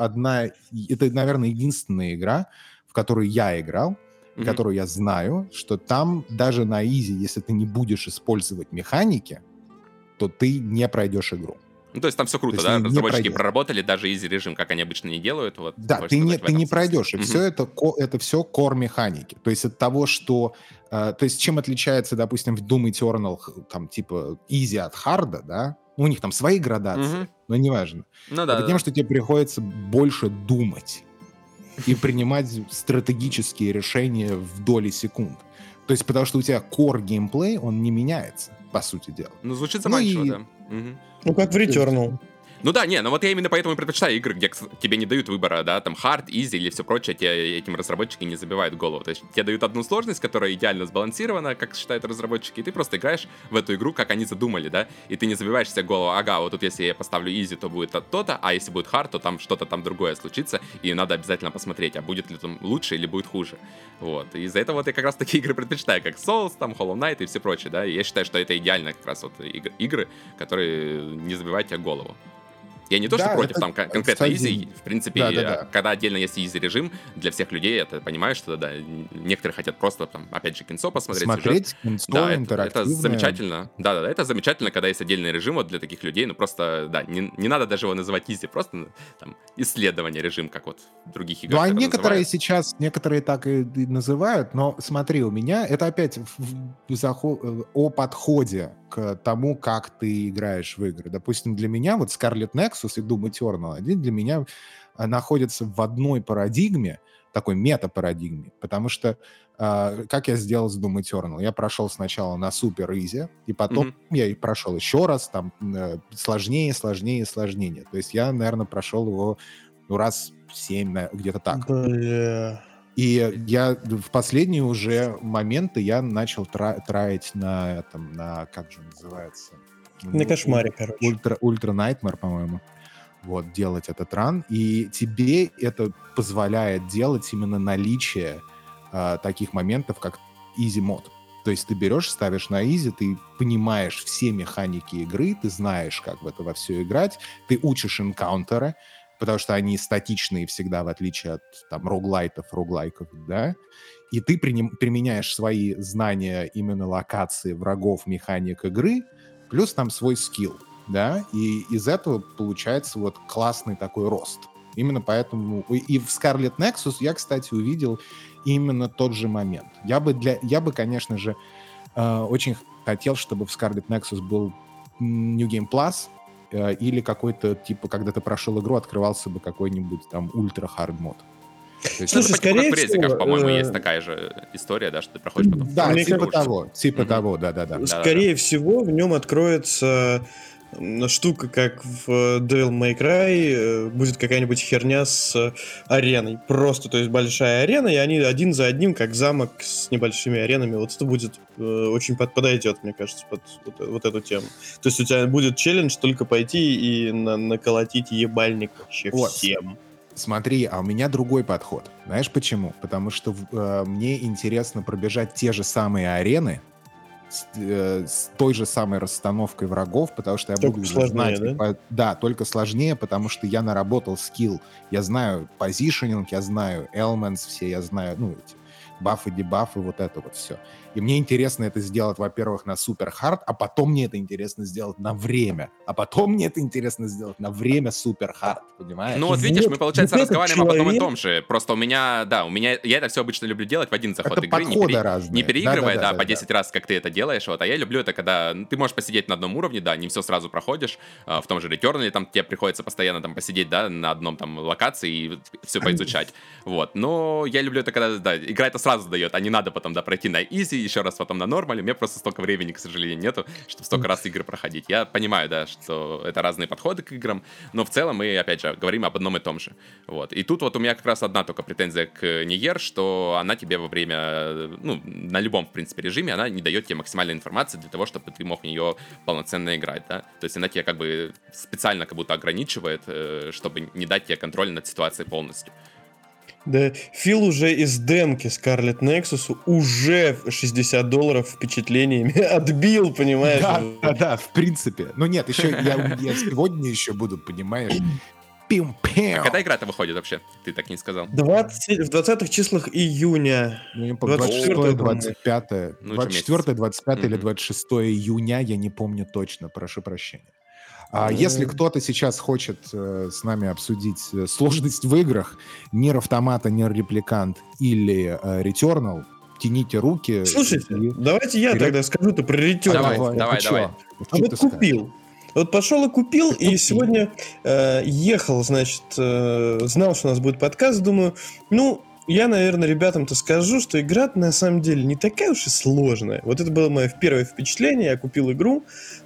это, наверное, единственная игра, в которую я играл, которую я знаю, что там даже на изи, если ты не будешь использовать механики, то ты не пройдешь игру. Ну, то есть там все круто, да? Разработчики проработали даже изи-режим, как они обычно не делают. Вот, да, ты не пройдешь. И все это все core-механики. То есть от того, что... То есть чем отличается, допустим, в Doom Eternal, там, типа, изи от харда, да? У них там свои градации, но неважно. Это тем, что тебе приходится больше думать и принимать стратегические решения в доли секунд. То есть потому что у тебя core-геймплей, он не меняется, по сути дела. Ну, звучит заманчиво, да. Ну, как в Returnal. Ну да, но вот я именно поэтому и предпочитаю игры, где тебе не дают выбора, да, там хард, изи или все прочее, этим разработчики не забивают голову. То есть тебе дают одну сложность, которая идеально сбалансирована, как считают разработчики, и ты просто играешь в эту игру, как они задумали, да, и ты не забиваешь себе голову, ага, вот тут если я поставлю изи, то будет то-то, а если будет хард, то там что-то там другое случится, и надо обязательно посмотреть, а будет ли там лучше или будет хуже. Вот, и из-за этого вот я как раз такие игры предпочитаю, как Souls, там, Hollow Knight и все прочее, да, и я считаю, что это идеально как раз вот игры, которые не забивают тебе голову. Я не то, что Да, против это там конкретно один. изи. В принципе, Да. когда отдельно есть изи режим, для всех людей это понимаешь, что да, некоторые хотят просто там, опять же, кинцо посмотреть, сюжет. Смотреть кинцо, Да, это интерактивное. замечательно. Да, это замечательно, когда есть отдельный режим вот для таких людей. Ну просто, да, не надо даже его называть изи, просто там исследование режим, как вот в других играх. Ну, а это некоторые называют. сейчас, некоторые так и называют, но смотри, у меня это опять о подходе к тому, как ты играешь в игры. Допустим, для меня вот Scarlet Nexus и Doom Eternal один для меня находятся в одной парадигме, такой мета-парадигме, потому что как я сделал с Doom Eternal? Я прошел сначала на супер изи, и потом я и прошел еще раз, там сложнее. То есть я, наверное, прошел его раз 7, где-то так. Бля. И я в последние уже моменты я начал траить на этом, на, как же называется? На кошмаре, короче. Ультра Nightmare, по-моему. Вот, делать этот ран. И тебе это позволяет делать именно наличие таких моментов, как easy мод. То есть ты берешь, ставишь на easy, ты понимаешь все механики игры, ты знаешь, как в это во все играть, ты учишь энкаунтеры, потому что они статичные всегда, в отличие от там роглайков, да, и ты применяешь свои знания именно локации врагов, механик игры, плюс там свой скилл, да, и из этого получается вот классный такой рост. Именно поэтому... И в Scarlet Nexus я, кстати, увидел именно тот же момент. Я бы, конечно же, очень хотел, чтобы в Scarlet Nexus был New Game Plus, или какой-то, типа, когда ты прошел игру, открывался бы какой-нибудь там ультра-хард мод. Слушай, скорее как в резиках, всего, по-моему, есть такая же история, да, что ты проходишь потом. Да, Мне типа кажется, того, да. Скорее всего, в нем откроется штука, как в Devil May Cry, будет какая-нибудь херня с ареной. Просто, то есть большая арена, и они один за одним, как замок с небольшими аренами. Вот это будет очень подойдет, мне кажется, под вот эту тему. То есть у тебя будет челлендж только пойти и наколотить ебальник вообще Вот. всем. Смотри, а у меня другой подход. Знаешь почему? Потому что мне интересно пробежать те же самые арены с той же самой расстановкой врагов, потому что я Только буду сложнее, знать... Да, только сложнее, потому что я наработал скилл. Я знаю позишнинг, я знаю elements все, я знаю, эти бафы, дебафы, вот это вот все. И мне интересно это сделать, во-первых, на супер хард, а потом мне это интересно сделать на время. А потом мне это интересно сделать на время супер хард, понимаешь? Ну вот видишь, мы, получается, вот этот разговариваем об одном и человек- том же. Просто у меня, я это все обычно люблю делать в один заход Это игры, подходы разные. не переигрывая, Да, по 10 раз, как ты это делаешь. Вот, а я люблю это, когда ты можешь посидеть на одном уровне, да, не все сразу проходишь. В том же Returnal там тебе приходится постоянно там посидеть, да, на одном там локации и все поизучать. Вот, но я люблю это, когда, да, игра это сразу дает, а не надо потом, да, пройти на easy, еще раз потом на нормале. У меня просто столько времени, к сожалению, нету, чтобы столько раз игры проходить. Я понимаю, да, что это разные подходы к играм, но в целом мы, опять же, говорим об одном и том же. Вот. И тут вот у меня как раз одна только претензия к Nier, что она тебе во время, на любом, в принципе, режиме, она не дает тебе максимальной информации для того, чтобы ты мог в нее полноценно играть, да. То есть она тебя как бы специально как будто ограничивает, чтобы не дать тебе контроль над ситуацией полностью. Да, Фил уже из демки Scarlet Nexus уже $60 впечатлениями отбил, понимаешь? Да, в принципе. Ну нет, еще я сегодня еще буду, понимаешь, пим-пим. А когда игра-то выходит вообще? Ты так не сказал. В 20-х числах июня. 24, 25, Ну, 24, 25 или Мгм. 26 июня, я не помню точно, прошу прощения. Если кто-то сейчас хочет с нами обсудить сложность в играх, Nier Automata, Nier Replicant или Returnal, тяните руки. Слушайте, и- давайте я тогда скажу-то про Returnal. Давай. Чё? А Чё вот ты скажешь? купил. Вот пошел и купил, и сегодня ехал, значит, знал, что у нас будет подкаст, думаю, я, наверное, ребятам-то скажу, что игра на самом деле не такая уж и сложная. Вот это было мое первое впечатление, я купил игру,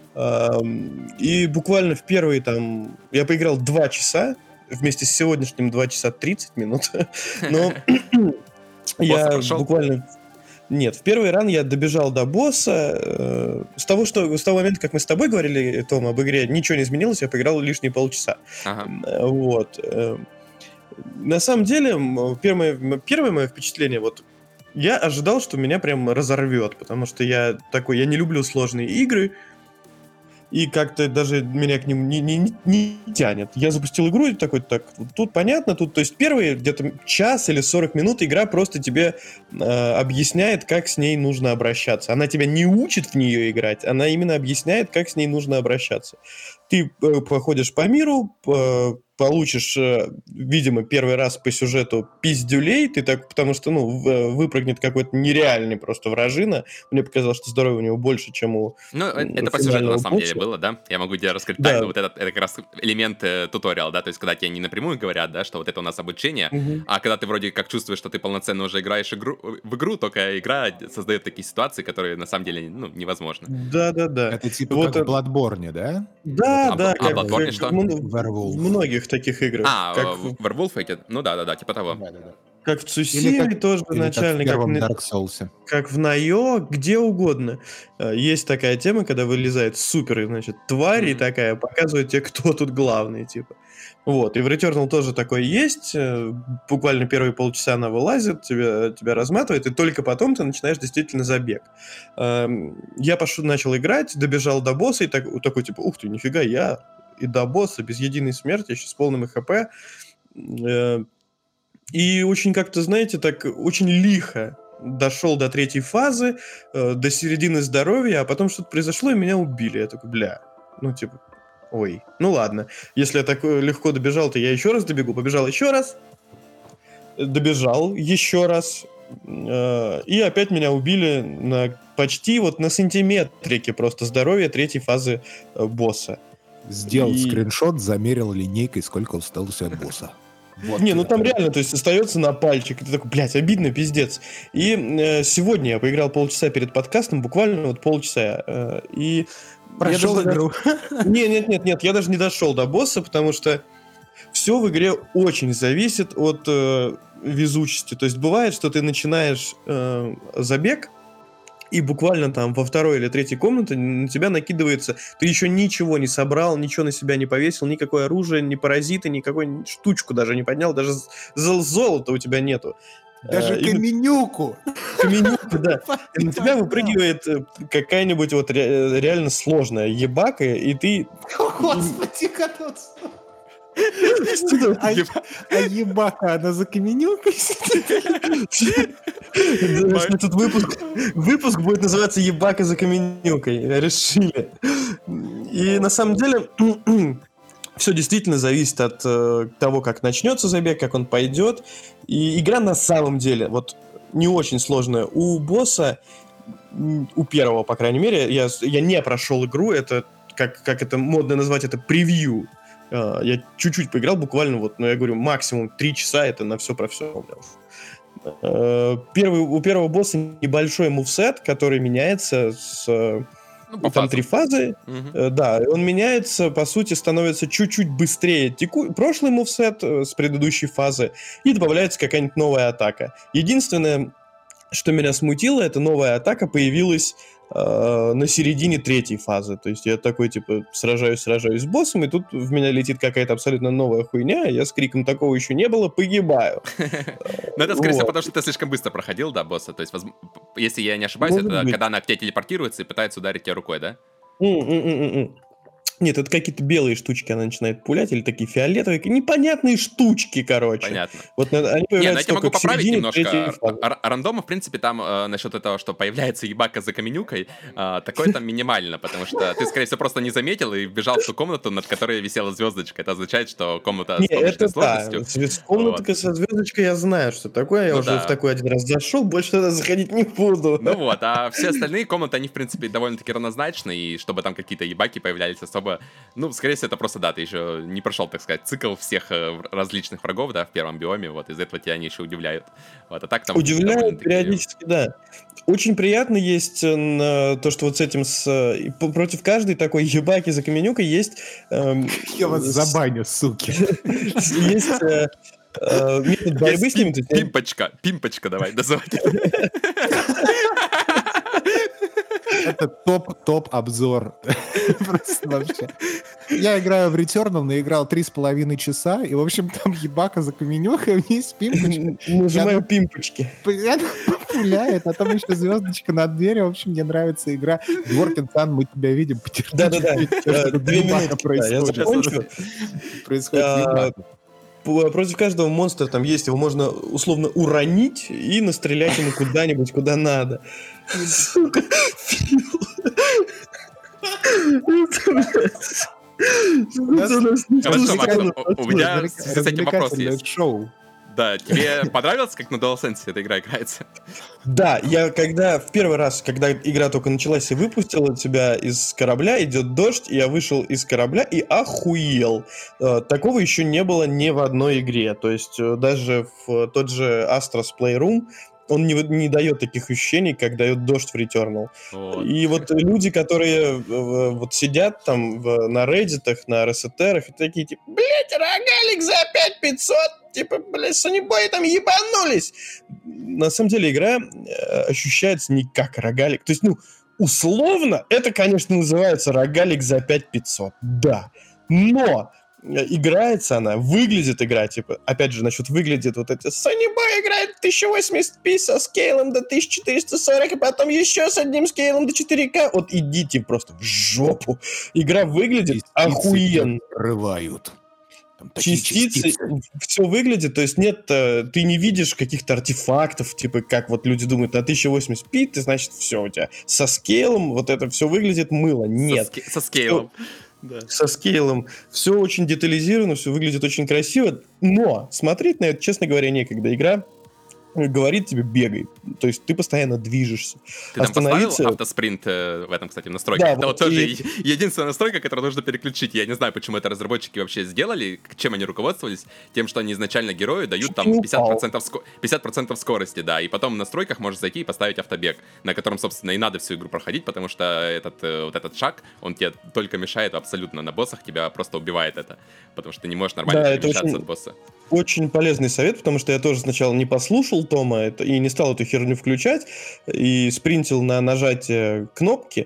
и буквально в первые я поиграл 2 часа, вместе с сегодняшним 2 часа 30 минут, но я прошел? буквально... Нет, в первый ран я добежал до босса. С того момента, как мы с тобой говорили, Том, об игре, ничего не изменилось, я поиграл лишние полчаса. Ага. Вот. На самом деле, первое мое впечатление, я ожидал, что меня прям разорвет, потому что я не люблю сложные игры. и как-то даже меня к нему не тянет. Я запустил игру и такой, так, тут понятно, тут, то есть первые где-то час или 40 минут игра просто тебе объясняет, как с ней нужно обращаться. Она тебя не учит в нее играть, она именно объясняет, как с ней нужно обращаться. Ты походишь по миру, получишь, видимо, первый раз по сюжету пиздюлей, ты так, потому что, выпрыгнет какой-то нереальный просто вражина. Мне показалось, что здоровья у него больше, чем у это по сюжету на самом деле было, да? Я могу тебе раскрыть тайну. Вот это как раз элемент туториала, да? То есть, когда тебе не напрямую говорят, да, что вот это у нас обучение, а когда ты вроде как чувствуешь, что ты полноценно уже играешь в игру, только игра создает такие ситуации, которые на самом деле, невозможны. Да. Это типа вот как в Bloodborne, да? Да, как Bloodborne что? В многих таких играх. В Werewolf эти? Да, типа того. Да. Как в Цусиме тоже начально, как в Dark Souls. Как в Найо, где угодно. Есть такая тема, когда вылезает супер, значит, тварь и такая, показывает тебе, кто тут главный, типа. Вот, и в Returnal тоже такое есть. Буквально первые полчаса она вылазит, тебя разматывает, и только потом ты начинаешь действительно забег. Я начал играть, добежал до босса, и такой, типа, ух ты, нифига, я и до босса без единой смерти, еще с полным ХП. И очень как-то, знаете, так очень лихо дошел до 3-й фазы, до середины здоровья, а потом что-то произошло, и меня убили. Я такой, ой, ну ладно. Если я так легко добежал, то я еще раз добегу. Побежал еще раз, добежал еще раз, и опять меня убили почти на сантиметрике просто здоровья 3-й фазы босса. Сделал скриншот, замерил линейкой, сколько осталось от босса. Вот там реально, то есть остается на пальчик. И ты такой, обидно, пиздец. И сегодня я поиграл полчаса перед подкастом, буквально полчаса. И прошел игру. Нет, я даже не дошел до босса, потому что все в игре очень зависит от везучести. То есть бывает, что ты начинаешь забег, и буквально там во 2-й или 3-й комнате на тебя накидывается, ты еще ничего не собрал, ничего на себя не повесил, никакое оружие, ни паразиты, никакой штучку даже не поднял, даже золота у тебя нету. Даже каменюку! Каменюку, да. И на тебя выпрыгивает какая-нибудь реально сложная ебака, и ты... Господи, А ебака, она за каменюкой сидит? Этот выпуск будет называться «Ебака за каменюкой». Решили. И на самом деле все действительно зависит от того, как начнется забег, как он пойдет. И игра на самом деле не очень сложная. У босса, у первого, по крайней мере, я не прошел игру, это, как это модно назвать, это превью. Я чуть-чуть поиграл, буквально я говорю, максимум 3 часа, это на все про все. У первого босса небольшой мувсет, который меняется там 3 фазы. Да, он меняется, по сути, становится чуть-чуть быстрее прошлый мувсет с предыдущей фазы, и добавляется какая-нибудь новая атака. Единственное, что меня смутило, это новая атака появилась на середине 3-й фазы. То есть я такой, сражаюсь с боссом, и тут в меня летит какая-то абсолютно новая хуйня, я с криком «такого еще не было», погибаю. Ну, это, скорее всего, потому что ты слишком быстро проходил, да, босса? То есть, если я не ошибаюсь, это когда она к тебе телепортируется и пытается ударить тебя рукой, да? Нет, это какие-то белые штучки она начинает пулять, или такие фиолетовые, непонятные штучки, короче. Понятно. Они появляются я тебя могу поправить немножко. Фазы. Рандома, в принципе, там насчет этого, что появляется ебака за каменюкой, такое там минимально, потому что ты, скорее всего, просто не заметил и бежал в ту комнату, над которой висела звездочка. Это означает, что комната с повышенной сложностью. Комната со звездочкой я знаю, что такое. Я уже в такой один раз зашел, больше туда заходить не буду. А все остальные комнаты, они, в принципе, довольно-таки равнозначны, и чтобы там какие-то ебаки появлялись особо. Скорее всего, это просто, да, ты еще не прошел, так сказать, цикл всех различных врагов, да, в первом биоме, из-за этого тебя они еще удивляют. А так там... Удивляют периодически, да. Очень приятно есть то, что с этим, против каждой такой ебаки за каменюкой есть... Я вас забаню, суки. Есть... метод борьбы с ними. Пимпочка, давай, называй. Это топ-обзор. Просто вообще. Я играю в Returnal, наиграл 3,5 часа, и, в общем, там ебака за каменюхой, вниз пимпочка. Нажимаю пимпочки. Пуляет, а там еще звездочка над дверью. В общем, мне нравится игра. Дворкин-сан, мы тебя видим. Да-да-да. 2 минуты. Я закончу. Происходит. Против каждого монстра там есть, его можно условно уронить и настрелять ему куда-нибудь, куда надо. Сука, Фил. У меня с этим вопрос есть. Шоу. Да, тебе понравилось, как на DualSense эта игра играется? Да, я когда в первый раз, когда игра только началась и выпустила тебя из корабля, идет дождь, и я вышел из корабля и охуел. Такого еще не было ни в одной игре. То есть даже в тот же Astro's Playroom он не дает таких ощущений, как дает дождь в Returnal. Вот. И вот люди, которые вот сидят там на Reddit'ах, на RSTR-ах, и такие, типа, блять, рогалик за 5500, типа, блять, сонибои там ебанулись. На самом деле игра ощущается не как рогалик. То есть, ну, условно, это, конечно, называется рогалик за 5500, да. Но играется она, выглядит игра, типа, опять же, насчет выглядит вот эти Sony Boy играет 1080p со скейлом до 1440, и потом еще с одним скейлом до 4К. Вот идите просто в жопу. Игра выглядит охуенно. Рывают. Частицы, все выглядит, то есть нет, ты не видишь каких-то артефактов, типа, как вот люди думают, на 1080p, ты, значит, все у тебя со скейлом, вот это все выглядит мыло. Нет. Со скейлом. Да. Со скейлом. Все очень детализировано, все выглядит очень красиво, но смотреть на это, честно говоря, некогда. Игра говорит тебе бегай. То есть ты постоянно движешься. Ты там поставил автоспринт в этом, кстати, в настройках? Да, это вот тоже единственная настройка, которую нужно переключить. Я не знаю, почему это разработчики вообще сделали, чем они руководствовались. Тем, что они изначально герою дают там 50% скорости, да. И потом в настройках можешь зайти и поставить автобег, на котором, собственно, и надо всю игру проходить, потому что вот этот шаг, он тебе только мешает абсолютно на боссах, тебя просто убивает это. Потому что ты не можешь нормально перемещаться от босса. Очень полезный совет, потому что я тоже сначала не послушал Тома и не стал эту херню включать, и спринтил на нажатие кнопки,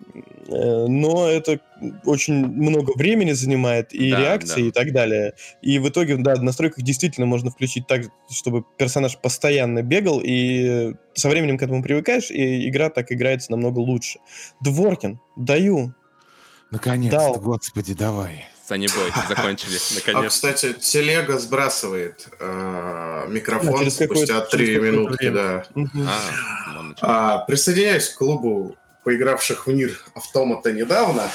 но это очень много времени занимает, и реакции, и так далее. И в итоге, да, в настройках действительно можно включить так, чтобы персонаж постоянно бегал, и со временем к этому привыкаешь, и игра так играется намного лучше. Дворкин, даю. Наконец-то, господи, давай. Санибой, закончили, наконец. Кстати, телега сбрасывает микрофон спустя 3 минутки, да. Присоединяюсь к клубу поигравших в мир автомата недавно.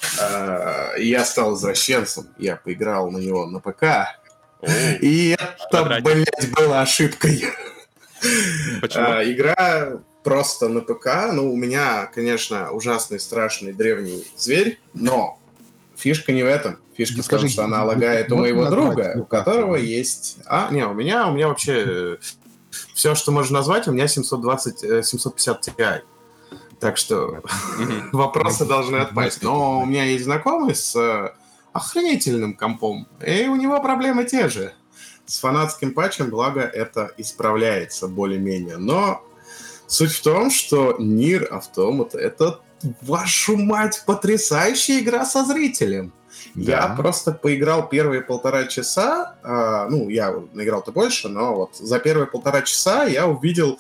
Я стал извращенцем. Я поиграл на него на ПК. И это, блядь, было ошибкой. Почему? Игра просто на ПК. Ну, у меня, конечно, ужасный, страшный, древний зверь, но фишка не в этом. Фишка в том, что она лагает у моего друга, у которого есть... у меня вообще все, что можно назвать, у меня 750 Ti. Так что вопросы должны отпасть. Но у меня есть знакомый с охренительным компом, и у него проблемы те же. С фанатским патчем, благо, это исправляется более-менее. Но суть в том, что Nier Automata — это, вашу мать, потрясающая игра со зрителем. Да. Я просто поиграл первые 1,5 часа, я наиграл-то больше, но вот за первые 1,5 часа я увидел,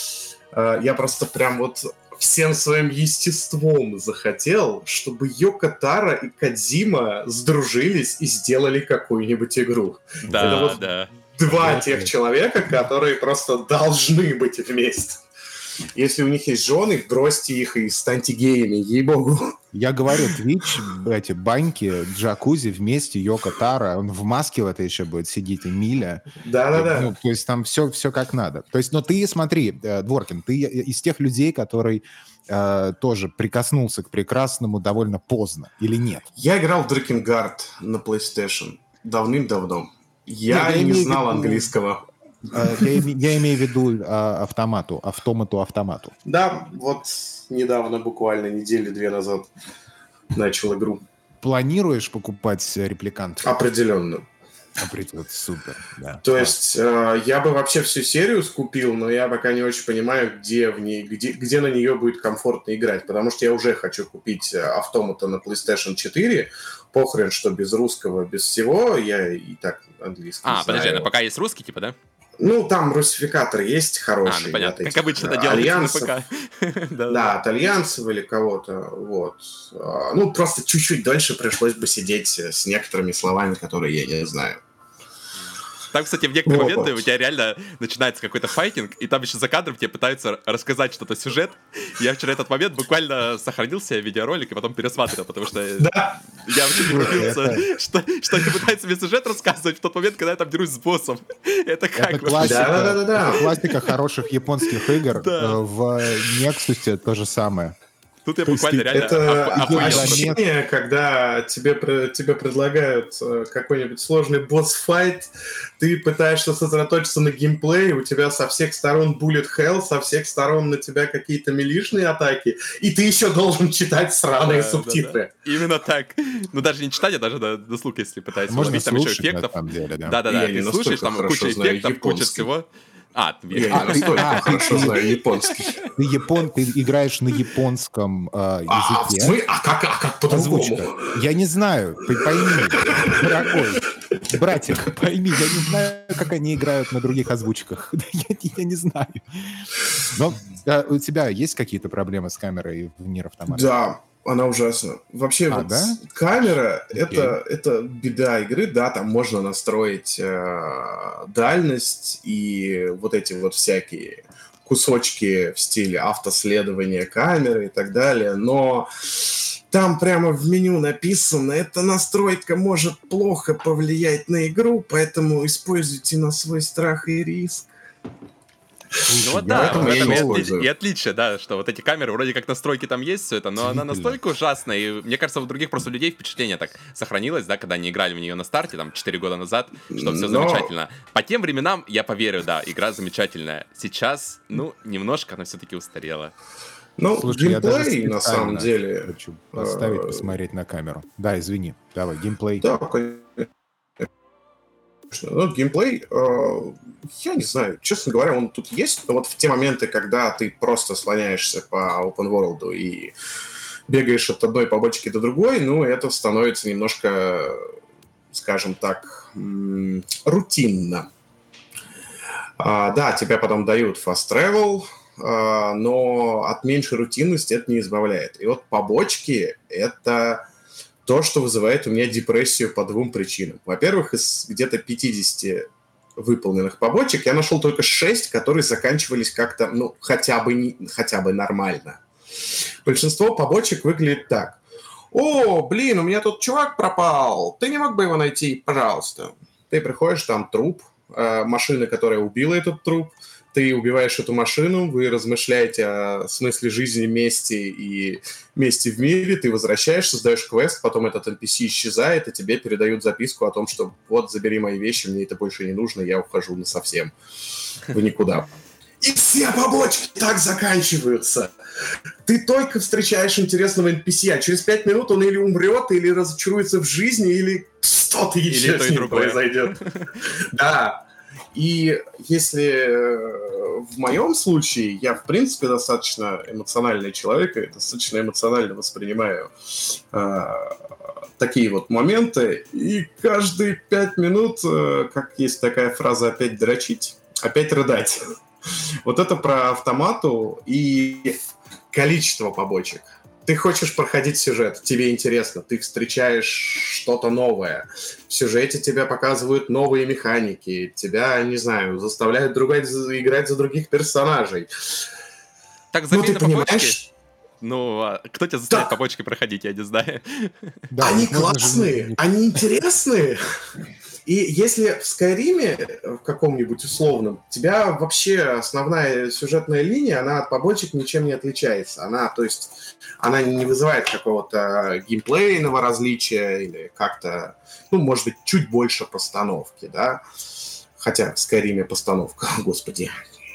я просто прям вот всем своим естеством захотел, чтобы Йоко Таро и Кодзима сдружились и сделали какую-нибудь игру. Да, это вот да. Два тех человека, которые просто должны быть вместе. Если у них есть жены, бросьте их и станьте геями, ей-богу. Я говорю, Twitch, эти баньки, джакузи вместе, Йоко Таро, он в маске в этой еще будет сидеть, и Миля. Да-да-да. Ну, то есть там все как надо. То есть, но ты смотри, Дворкин, ты из тех людей, который тоже прикоснулся к прекрасному довольно поздно, или нет? Я играл в Дракенгард на PlayStation давным-давно. Я не знал английского. Я имею в виду автомату. Да, вот недавно, буквально недели 2 назад, начал игру. Планируешь покупать репликант? Определенно. Придет, супер, да. То есть я бы вообще всю серию скупил, но я пока не очень понимаю, где на нее будет комфортно играть, потому что я уже хочу купить автомата на PlayStation 4. Похрен, что без русского, без всего, я и так английский знаю. Подожди, пока есть русский, типа, да? Ну, там русификатор есть хороший. Ну понятно, этих, как обычно это делается на ПК. Да, от альянсов или кого-то, вот. Ну, просто чуть-чуть дольше пришлось бы сидеть с некоторыми словами, которые я не знаю. Там, кстати, в некоторые моменты у тебя реально начинается какой-то файтинг, и там еще за кадром тебе пытаются рассказать что-то сюжет. Я вчера этот момент буквально сохранил себе видеоролик и потом пересматривал, потому что я вообще не удивился, что они пытаются мне сюжет рассказывать в тот момент, когда я там дерусь с боссом. Это как? Это классика хороших японских игр. В Nexus то же самое. Тут я буквально реально это ощущение, когда тебе предлагают какой-нибудь сложный босс-файт, ты пытаешься сосредоточиться на геймплее, у тебя со всех сторон bullet hell, со всех сторон на тебя какие-то милишные атаки, и ты еще должен читать сраные субтитры. Да. Именно так. Ну, даже не читать, а даже до слух, если пытаешься. Можно там еще эффектов. Да-да-да, ты слушаешь, там куча эффектов, куча всего. Я не настолько хорошо знаю японский. Ты играешь на японском языке. А как по-другому? Я не знаю, пойми, дорогой братик, пойми, я не знаю, как они играют на других озвучках. Я не знаю. Но у тебя есть какие-то проблемы с камерой в Nier Automata? Да. Она ужасна. Вообще, камера это беда игры, да, там можно настроить дальность и вот эти вот всякие кусочки в стиле автоследования камеры и так далее, но там прямо в меню написано, эта настройка может плохо повлиять на игру, поэтому используйте на свой страх и риск. Ну вот да, в этом и отличие, да, что вот эти камеры, вроде как настройки там есть, все это, но она настолько ужасная, и мне кажется, у других просто людей впечатление так сохранилось, да, когда они играли в нее на старте, там, 4 года назад, что все замечательно. По тем временам, я поверю, да, игра замечательная. Сейчас, немножко она все-таки устарела. Слушай, геймплей, на самом деле... Хочу поставить, посмотреть на камеру. Да, извини, давай, геймплей. Да, геймплей, я не знаю, честно говоря, он тут есть, но вот в те моменты, когда ты просто слоняешься по open world и бегаешь от одной побочки до другой, это становится немножко, скажем так, рутинно. Да, тебя потом дают fast travel, но от меньшей рутинности это не избавляет. И вот побочки — это то, что вызывает у меня депрессию по двум причинам. Во-первых, из где-то 50 выполненных побочек я нашел только 6, которые заканчивались как-то, хотя бы нормально. Большинство побочек выглядит так. О, блин, у меня тут чувак пропал. Ты не мог бы его найти? Пожалуйста. Ты приходишь, там труп, машина, которая убила этот труп. Ты убиваешь эту машину, вы размышляете о смысле жизни, мести и месте в мире, ты возвращаешься, сдаешь квест, потом этот NPC исчезает, и тебе передают записку о том, что вот, забери мои вещи, мне это больше не нужно, я ухожу насовсем в никуда. И все побочки так заканчиваются. Ты только встречаешь интересного NPC, а через 5 минут он или умрет, или разочаруется в жизни, или что-то еще с ним произойдет. Да. И если в моем случае я, в принципе, достаточно эмоциональный человек, и достаточно эмоционально воспринимаю такие вот моменты, и каждые 5 минут, как есть такая фраза, опять дрочить, опять рыдать. Вот это про автомату и количество побочек. Ты хочешь проходить сюжет, тебе интересно, ты встречаешь что-то новое. В сюжете тебе показывают новые механики, тебя, не знаю, заставляют играть за других персонажей. Так забей на побочки. Кто тебя заставляет побочки проходить, я не знаю. Да, они классные, они интересные. И если в Скайриме, в каком-нибудь условном, у тебя вообще основная сюжетная линия, она от побочек ничем не отличается. Она не вызывает какого-то геймплейного различия или как-то, может быть, чуть больше постановки, да. Хотя в Скайриме постановка, господи.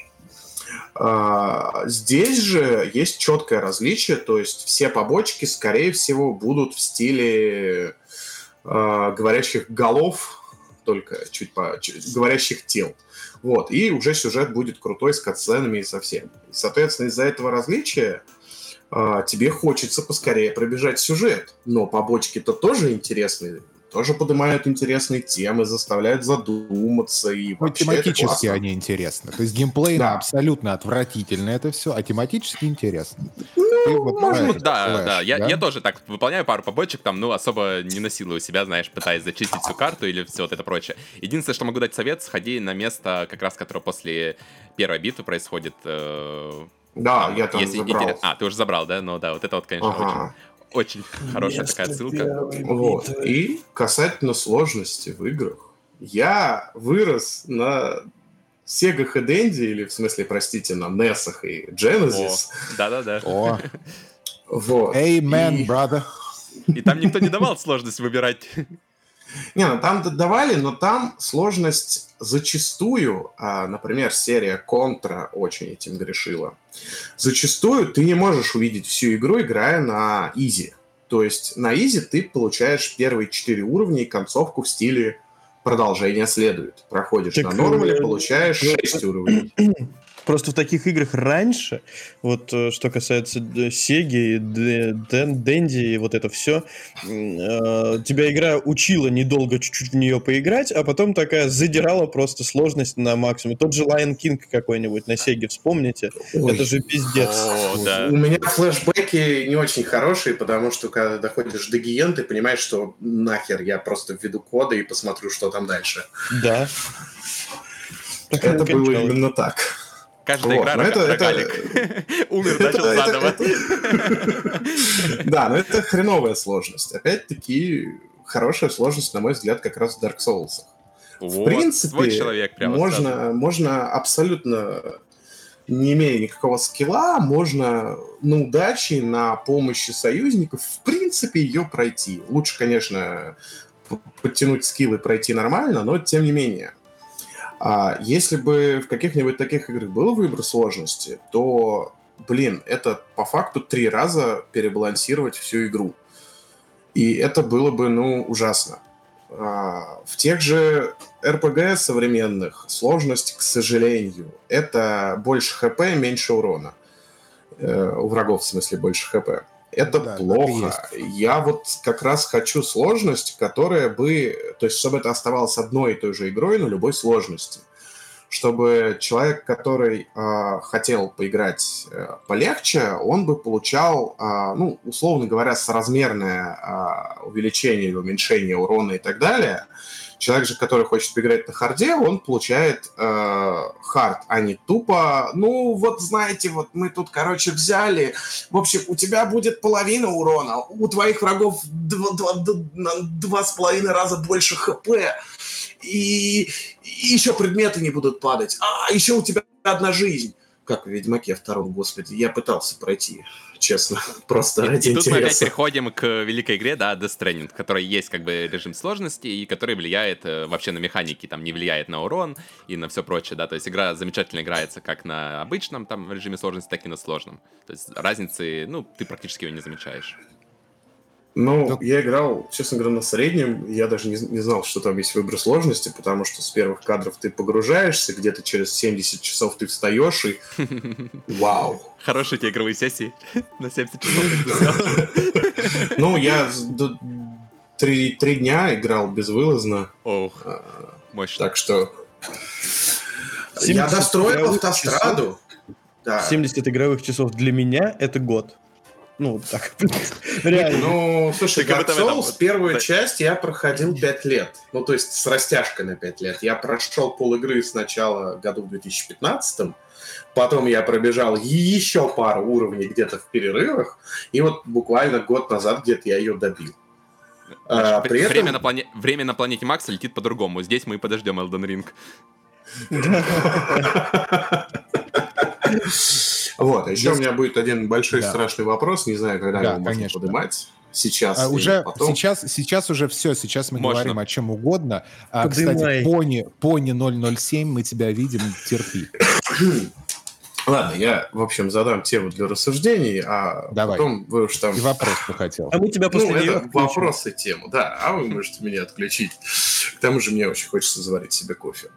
Здесь же есть четкое различие, то есть все побочки, скорее всего, будут в стиле говорящих голов, только говорящих тел. Вот, и уже сюжет будет крутой, с катсценами и со всем. Соответственно, из-за этого различия тебе хочется поскорее пробежать сюжет. Но побочки-то тоже интересные, тоже поднимают интересные темы, заставляют задуматься. И вот тематически они интересны. То есть геймплейно абсолютно отвратительно это все, а тематически интересно. Я тоже так выполняю пару побочек, там, особо не насилую себя, знаешь, пытаясь зачистить всю карту или все вот это прочее. Единственное, что могу дать совет, сходи на место, как раз, которое после первой битвы происходит. Да, я там забрал. Ты уже забрал, да? Ну да, вот это вот, конечно, очень хорошая такая ссылка. Вот. И касательно сложности в играх. Я вырос на Sega и Dendy, или в смысле, простите, на NES и Genesis. Да-да-да. Вот. Amen, brother. И там никто не давал сложность выбирать. Не, там давали, но там сложность зачастую, например, серия Contra очень этим грешила. Зачастую ты не можешь увидеть всю игру, играя на изи. То есть на изи ты получаешь первые 4 уровня и концовку в стиле продолжение следует. Проходишь на нормале, получаешь 6 уровней. Просто в таких играх раньше, вот что касается Сеги, Денди и вот это все, тебя игра учила недолго чуть-чуть в нее поиграть, а потом такая задирала просто сложность на максимум. Тот же Lion King какой-нибудь на Сеге, вспомните. Ой. Это же пиздец. Да. У меня флешбеки не очень хорошие, потому что когда доходишь до Гиен, ты понимаешь, что нахер я просто введу коды и посмотрю, что там дальше. Да. Это было именно так. Каждая игра рогалик. Умер, начал заново. Да, но это хреновая сложность. Опять-таки, хорошая сложность, на мой взгляд, как раз в Dark Souls. В принципе, можно абсолютно, не имея никакого скилла, можно на удаче, на помощи союзников, в принципе, ее пройти. Лучше, конечно, подтянуть скилл и пройти нормально, но тем не менее. Если бы в каких-нибудь таких играх был выбор сложности, то, это по факту 3 раза перебалансировать всю игру. И это было бы, ужасно. В тех же RPG современных сложность, к сожалению, это больше ХП, меньше урона. У врагов, в смысле, больше ХП. Это плохо. Я вот как раз хочу сложность, которая бы... То есть, чтобы это оставалось одной и той же игрой на любой сложности. Чтобы человек, который хотел поиграть полегче, он бы получал, условно говоря, соразмерное увеличение или уменьшение урона и так далее. Человек же, который хочет поиграть на харде, он получает хард, а не тупо, знаете, мы тут, взяли, в общем, у тебя будет половина урона, у твоих врагов 2,5 раза больше хп, и еще предметы не будут падать, а еще у тебя 1 жизнь. Как в Ведьмаке 2, господи, я пытался пройти, честно, просто ради интереса. И тут мы опять переходим к великой игре, Death Stranding, в которой есть режим сложности, и который влияет вообще на механики, не влияет на урон и на все прочее, то есть игра замечательно играется как на обычном режиме сложности, так и на сложном. То есть разницы, ты практически ее не замечаешь. Я играл, честно говоря, на среднем. Я даже не знал, что там есть выбор сложности, потому что с первых кадров ты погружаешься, где-то через 70 часов ты встаешь и... Вау! Хорошие те игровые сессии на 70 часов. Я 3 дня играл безвылазно. Ох, мощно. Так что... Я достроил автостраду. 70 игровых часов для меня — это год. Так, реально. Слушай, Dark Souls, первую часть я проходил 5 лет. То есть с растяжкой на 5 лет. Я прошел пол-игры сначала году в 2015-м, потом я пробежал еще пару уровней где-то в перерывах, и вот буквально год назад где-то я ее добил. Время на планете Макса летит по-другому. Здесь мы подождем Elden Ring. Вот, еще у меня будет один большой страшный вопрос, не знаю, когда его можно поднимать. Сейчас уже потом. Сейчас уже все, сейчас мы говорим о чем угодно. Кстати, Пони 007, мы тебя видим, терпи. Ладно, я, в общем, задам тему для рассуждений, а давай. Потом вы уж там... И вопрос ты хотел. А мы тебя после это вопрос и тему, да, а вы можете меня отключить. тому же мне очень хочется заварить себе кофе.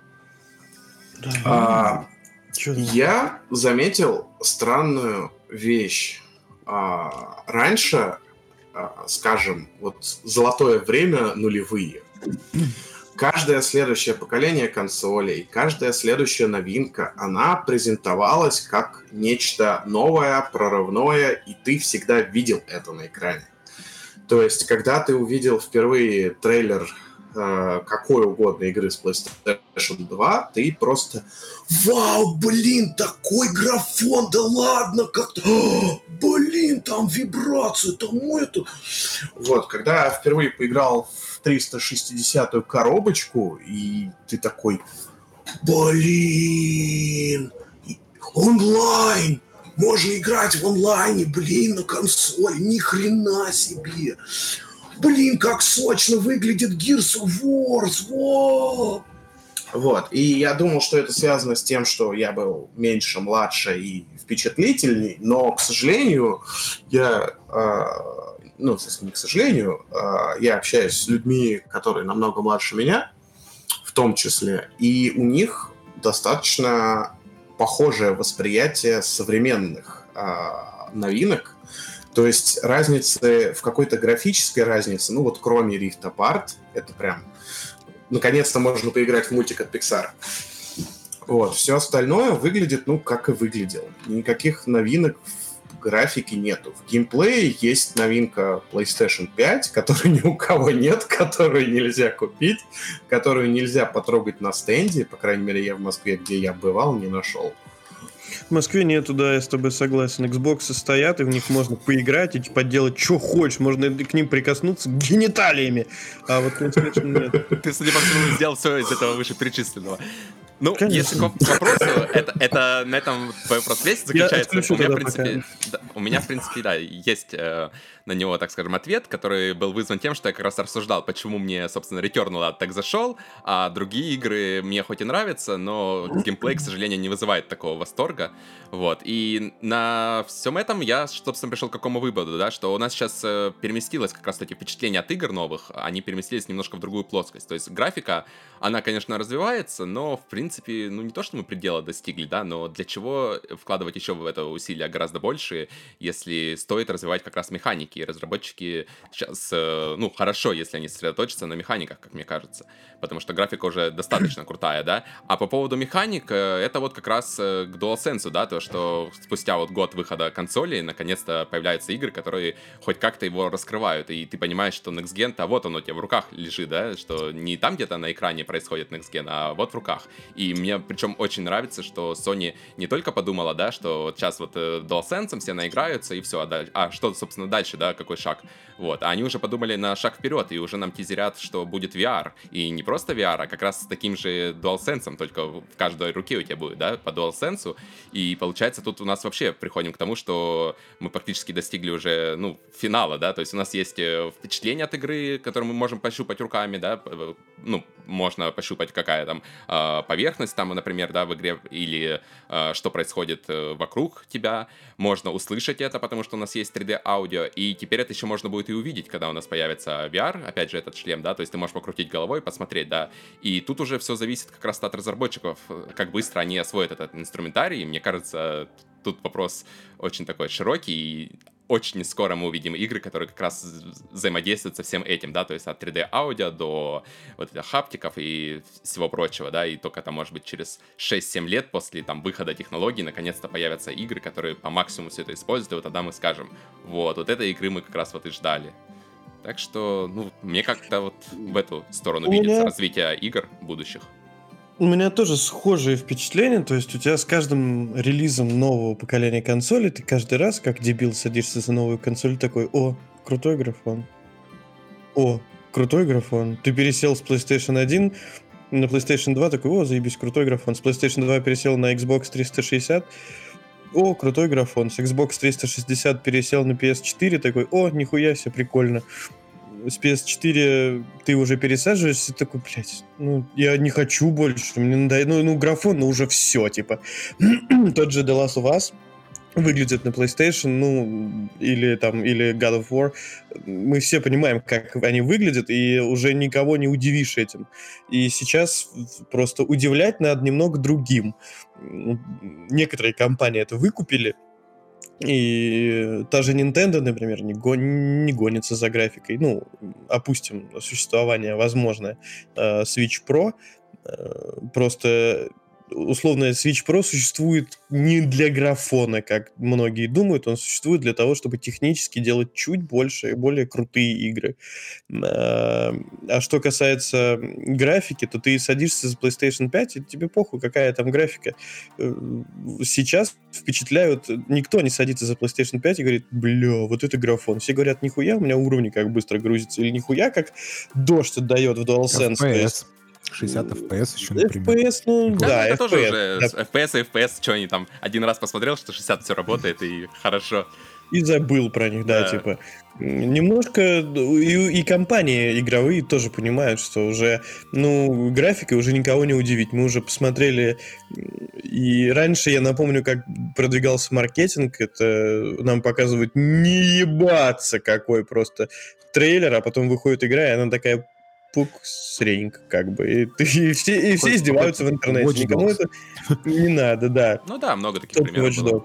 Да. Я заметил странную вещь. Раньше, скажем, вот золотое время нулевые. Каждое следующее поколение консолей, каждая следующая новинка, она презентовалась как нечто новое, прорывное, и ты всегда видел это на экране. То есть, когда ты увидел впервые трейлер какой угодно игры с PlayStation 2, ты просто «Вау, блин, такой графон, да ладно, как-то... блин, там вибрации, там это...» Вот, когда я впервые поиграл в 360-ю коробочку, и ты такой «Блин, онлайн! Можно играть в онлайне, блин, на консоли, ни хрена себе! Блин, как сочно выглядит Gears of War! Во!» Вот, и я думал, что это связано с тем, что я был меньше, младше и впечатлительней, но, к сожалению, я общаюсь с людьми, которые намного младше меня, в том числе, и у них достаточно похожее восприятие современных новинок. То есть разницы в какой-то графической разнице, ну вот кроме Rift Apart, это прям наконец-то можно поиграть в мультик от Pixar. Вот, все остальное выглядит, ну, как и выглядело. Никаких новинок в графике нету. В геймплее есть новинка PlayStation 5, которой ни у кого нет, которую нельзя купить, которую нельзя потрогать на стенде. По крайней мере, я в Москве, где я бывал, не нашел. В Москве нету, да, я с тобой согласен. Xbox стоят, и в них можно поиграть и поделать, что хочешь. Можно к ним прикоснуться гениталиями. А вот PlayStation нет. Ты, судя по всему, сделал все из этого вышеперечисленного. Ну, конечно. Если к вопросу, это на этом твой вопрос весь заключается. У меня, в принципе, да, есть на него, так скажем, ответ, который был вызван тем, что я как раз рассуждал, почему мне, собственно, Returnal так зашел, а другие игры мне хоть и нравятся, но геймплей, к сожалению, не вызывает такого восторга. Вот. И на всем этом я, собственно, пришел к какому выводу, да, что у нас сейчас переместилось как раз эти впечатления от игр новых, они переместились немножко в другую плоскость. То есть графика, она, конечно, развивается, но, в принципе, ну, не то, что мы предела достигли, да, но для чего вкладывать еще в это усилия гораздо больше, если стоит развивать как раз механики. И разработчики сейчас, ну, хорошо, если они сосредоточатся на механиках, как мне кажется, потому что графика уже достаточно крутая, да. А по поводу механик, это вот как раз к DualSense, да, то, что спустя вот год выхода консоли наконец-то появляются игры, которые хоть как-то его раскрывают, и ты понимаешь, что Next Gen-то вот он у тебя в руках лежит, да, что не там где-то на экране происходит Next Gen, а вот в руках. И мне причем очень нравится, что Sony не только подумала, да, что вот сейчас вот DualSense все наиграются и все, а что, собственно, дальше, да, какой шаг. Вот, а они уже подумали на шаг вперед, и уже нам тизерят, что будет VR. И не просто VR, а как раз с таким же DualSense, только в каждой руке у тебя будет, да, по DualSense. И получается, тут у нас вообще приходим к тому, что мы практически достигли уже, ну, финала, да, то есть у нас есть впечатление от игры, которое мы можем пощупать руками, да, ну, можно пощупать, какая там поверхность там, например, да, в игре, или что происходит вокруг тебя. Можно услышать это, потому что у нас есть 3D-аудио, и теперь это еще можно будет и увидеть, когда у нас появится VR, опять же, этот шлем, да, то есть ты можешь покрутить головой, посмотреть, да, и тут уже все зависит как раз от разработчиков, как быстро они освоят этот инструментарий. Мне кажется, тут вопрос очень такой широкий, и очень скоро мы увидим игры, которые как раз взаимодействуют со всем этим, да, то есть от 3D-аудио до вот этих хаптиков и всего прочего, да, и только там, может быть, через 6-7 лет после там выхода технологий наконец-то появятся игры, которые по максимуму все это используют, и вот тогда мы скажем, вот этой игры мы как раз вот и ждали. Так что, ну, мне как-то вот в эту сторону видится развитие игр будущих. У меня тоже схожие впечатления, то есть у тебя с каждым релизом нового поколения консолей ты каждый раз, как дебил, садишься за новую консоль такой: о, крутой графон. О, крутой графон. Ты пересел с PlayStation 1 на PlayStation 2, такой: о, заебись, крутой графон. С PlayStation 2 пересел на Xbox 360, о, крутой графон. С Xbox 360 пересел на PS4, такой: о, нихуя себе, прикольно. С PS4 ты уже пересаживаешься, такой: блядь, ну, я не хочу больше, мне надоело, ну, графон, ну, уже все, типа. Тот же The Last of Us, выглядит на PlayStation, ну, или God of War, мы все понимаем, как они выглядят, и уже никого не удивишь этим. И сейчас просто удивлять надо немного другим. Некоторые компании это выкупили, и та же Nintendo, например, не гонится за графикой. Ну, опустим существование возможное Switch Pro. Просто условно Switch Pro существует не для графона, как многие думают, он существует для того, чтобы технически делать чуть больше и более крутые игры. А что касается графики, то ты садишься за PlayStation 5, и тебе похуй, какая там графика. Сейчас впечатляют, никто не садится за PlayStation 5 и говорит, бля, вот это графон. Все говорят, нихуя, у меня уровни как быстро грузятся, или нихуя, как дождь отдает в DualSense. 60 FPS еще, например. FPS, ну да, это FPS. тоже уже FPS и FPS, что они там, один раз посмотрел, что 60 все работает, и хорошо. И забыл про них, да, типа. Немножко и компании игровые тоже понимают, что уже, ну, графикой уже никого не удивить. Мы уже посмотрели, и раньше, я напомню, как продвигался маркетинг, это нам показывают не ебаться какой просто трейлер, а потом выходит игра, и она такая сренька, как бы. И все издеваются в интернете. Никому это не надо, да. Ну да, много таких примеров было.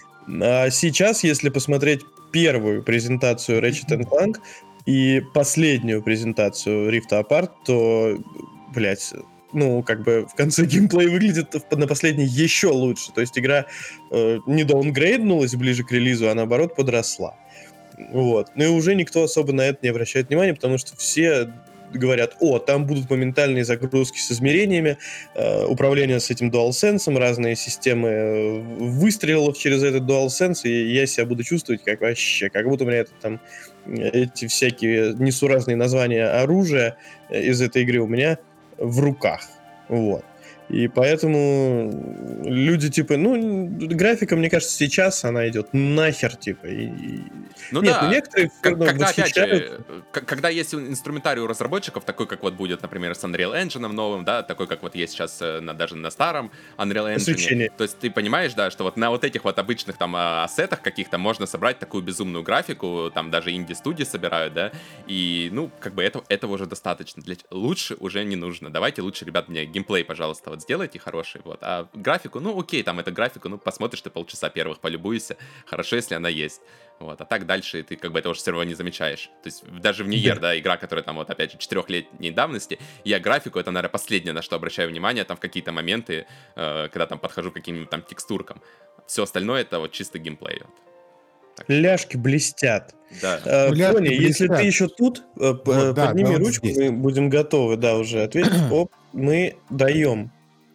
А сейчас, если посмотреть первую презентацию Ratchet & Clank и последнюю презентацию Rift Apart, то, блять, ну, как бы в конце геймплей выглядит на последней еще лучше. То есть игра не даунгрейднулась ближе к релизу, а наоборот подросла. Вот. Ну и уже никто особо на это не обращает внимания, потому что все говорят, там будут моментальные загрузки с измерениями, управление с этим DualSense, разные системы выстрелов через этот DualSense, и я себя буду чувствовать как вообще, как будто у меня это там эти всякие несуразные названия оружия из этой игры у меня в руках. Вот. И поэтому люди, типа, ну, графика, мне кажется, сейчас она идет нахер, типа. Ну нет, да, некоторые когда, опять же, когда есть инструментарий у разработчиков, такой, как вот будет, например, с Unreal Engine новым, да, такой, как вот есть сейчас даже на старом Unreal Engine. То есть ты понимаешь, да, что вот на вот этих вот обычных там ассетах каких-то можно собрать такую безумную графику, там даже инди-студии собирают, да, и, ну, как бы этого уже достаточно. Лучше уже не нужно. Давайте лучше, ребят, мне геймплей, пожалуйста, вот сделайте хороший, вот. А графику, ну, окей, там это графику, ну, посмотришь ты полчаса первых, полюбуйся. Хорошо, если она есть. Вот, а так дальше ты как бы этого все равно не замечаешь. То есть даже в Nier, да, игра, которая там вот опять же 4-летней давности, я графику, это, наверное, последнее, на что обращаю внимание, там в какие-то моменты, когда там подхожу к каким-нибудь там текстуркам. Все остальное это вот чисто геймплей. Вот. Ляжки блестят. Да. Тоня, если ты еще тут, подними ручку, мы будем готовы, да, уже ответить. Оп, мы даем.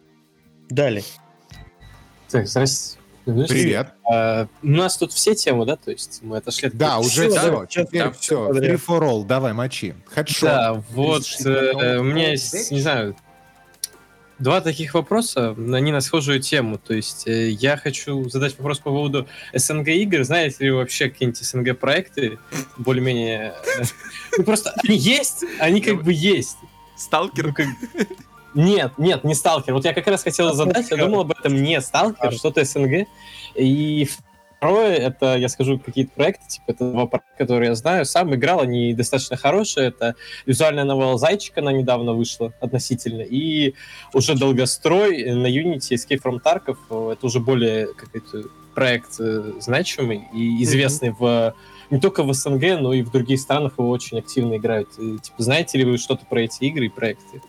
Далее. Так, здрасте. Привет. У нас тут все темы, да? То есть мы отошли от... Да, уже все. Теперь все. Free for all. Давай, мочи. Хедшот. Да, вот у меня есть, не знаю, два таких вопроса, они на схожую тему. То есть я хочу задать вопрос по поводу СНГ игр. Знаете ли вы вообще какие-нибудь СНГ проекты более-менее... Ну просто они есть, они как бы есть. Сталкер? Нет, не Сталкер. Вот я как раз хотел задать, я думал об этом, не Сталкер, что-то СНГ. И второе, это, я скажу, какие-то проекты, типа, это два проекта, которые я знаю. Сам играл, они достаточно хорошие. Это визуальная новелла «Зайчик», она недавно вышла относительно. И уже долгострой на Unity Escape from Tarkov. Это уже более какой-то проект значимый и известный не только в СНГ, но и в других странах его очень активно играют. И, типа, знаете ли вы что-то про эти игры и проекты?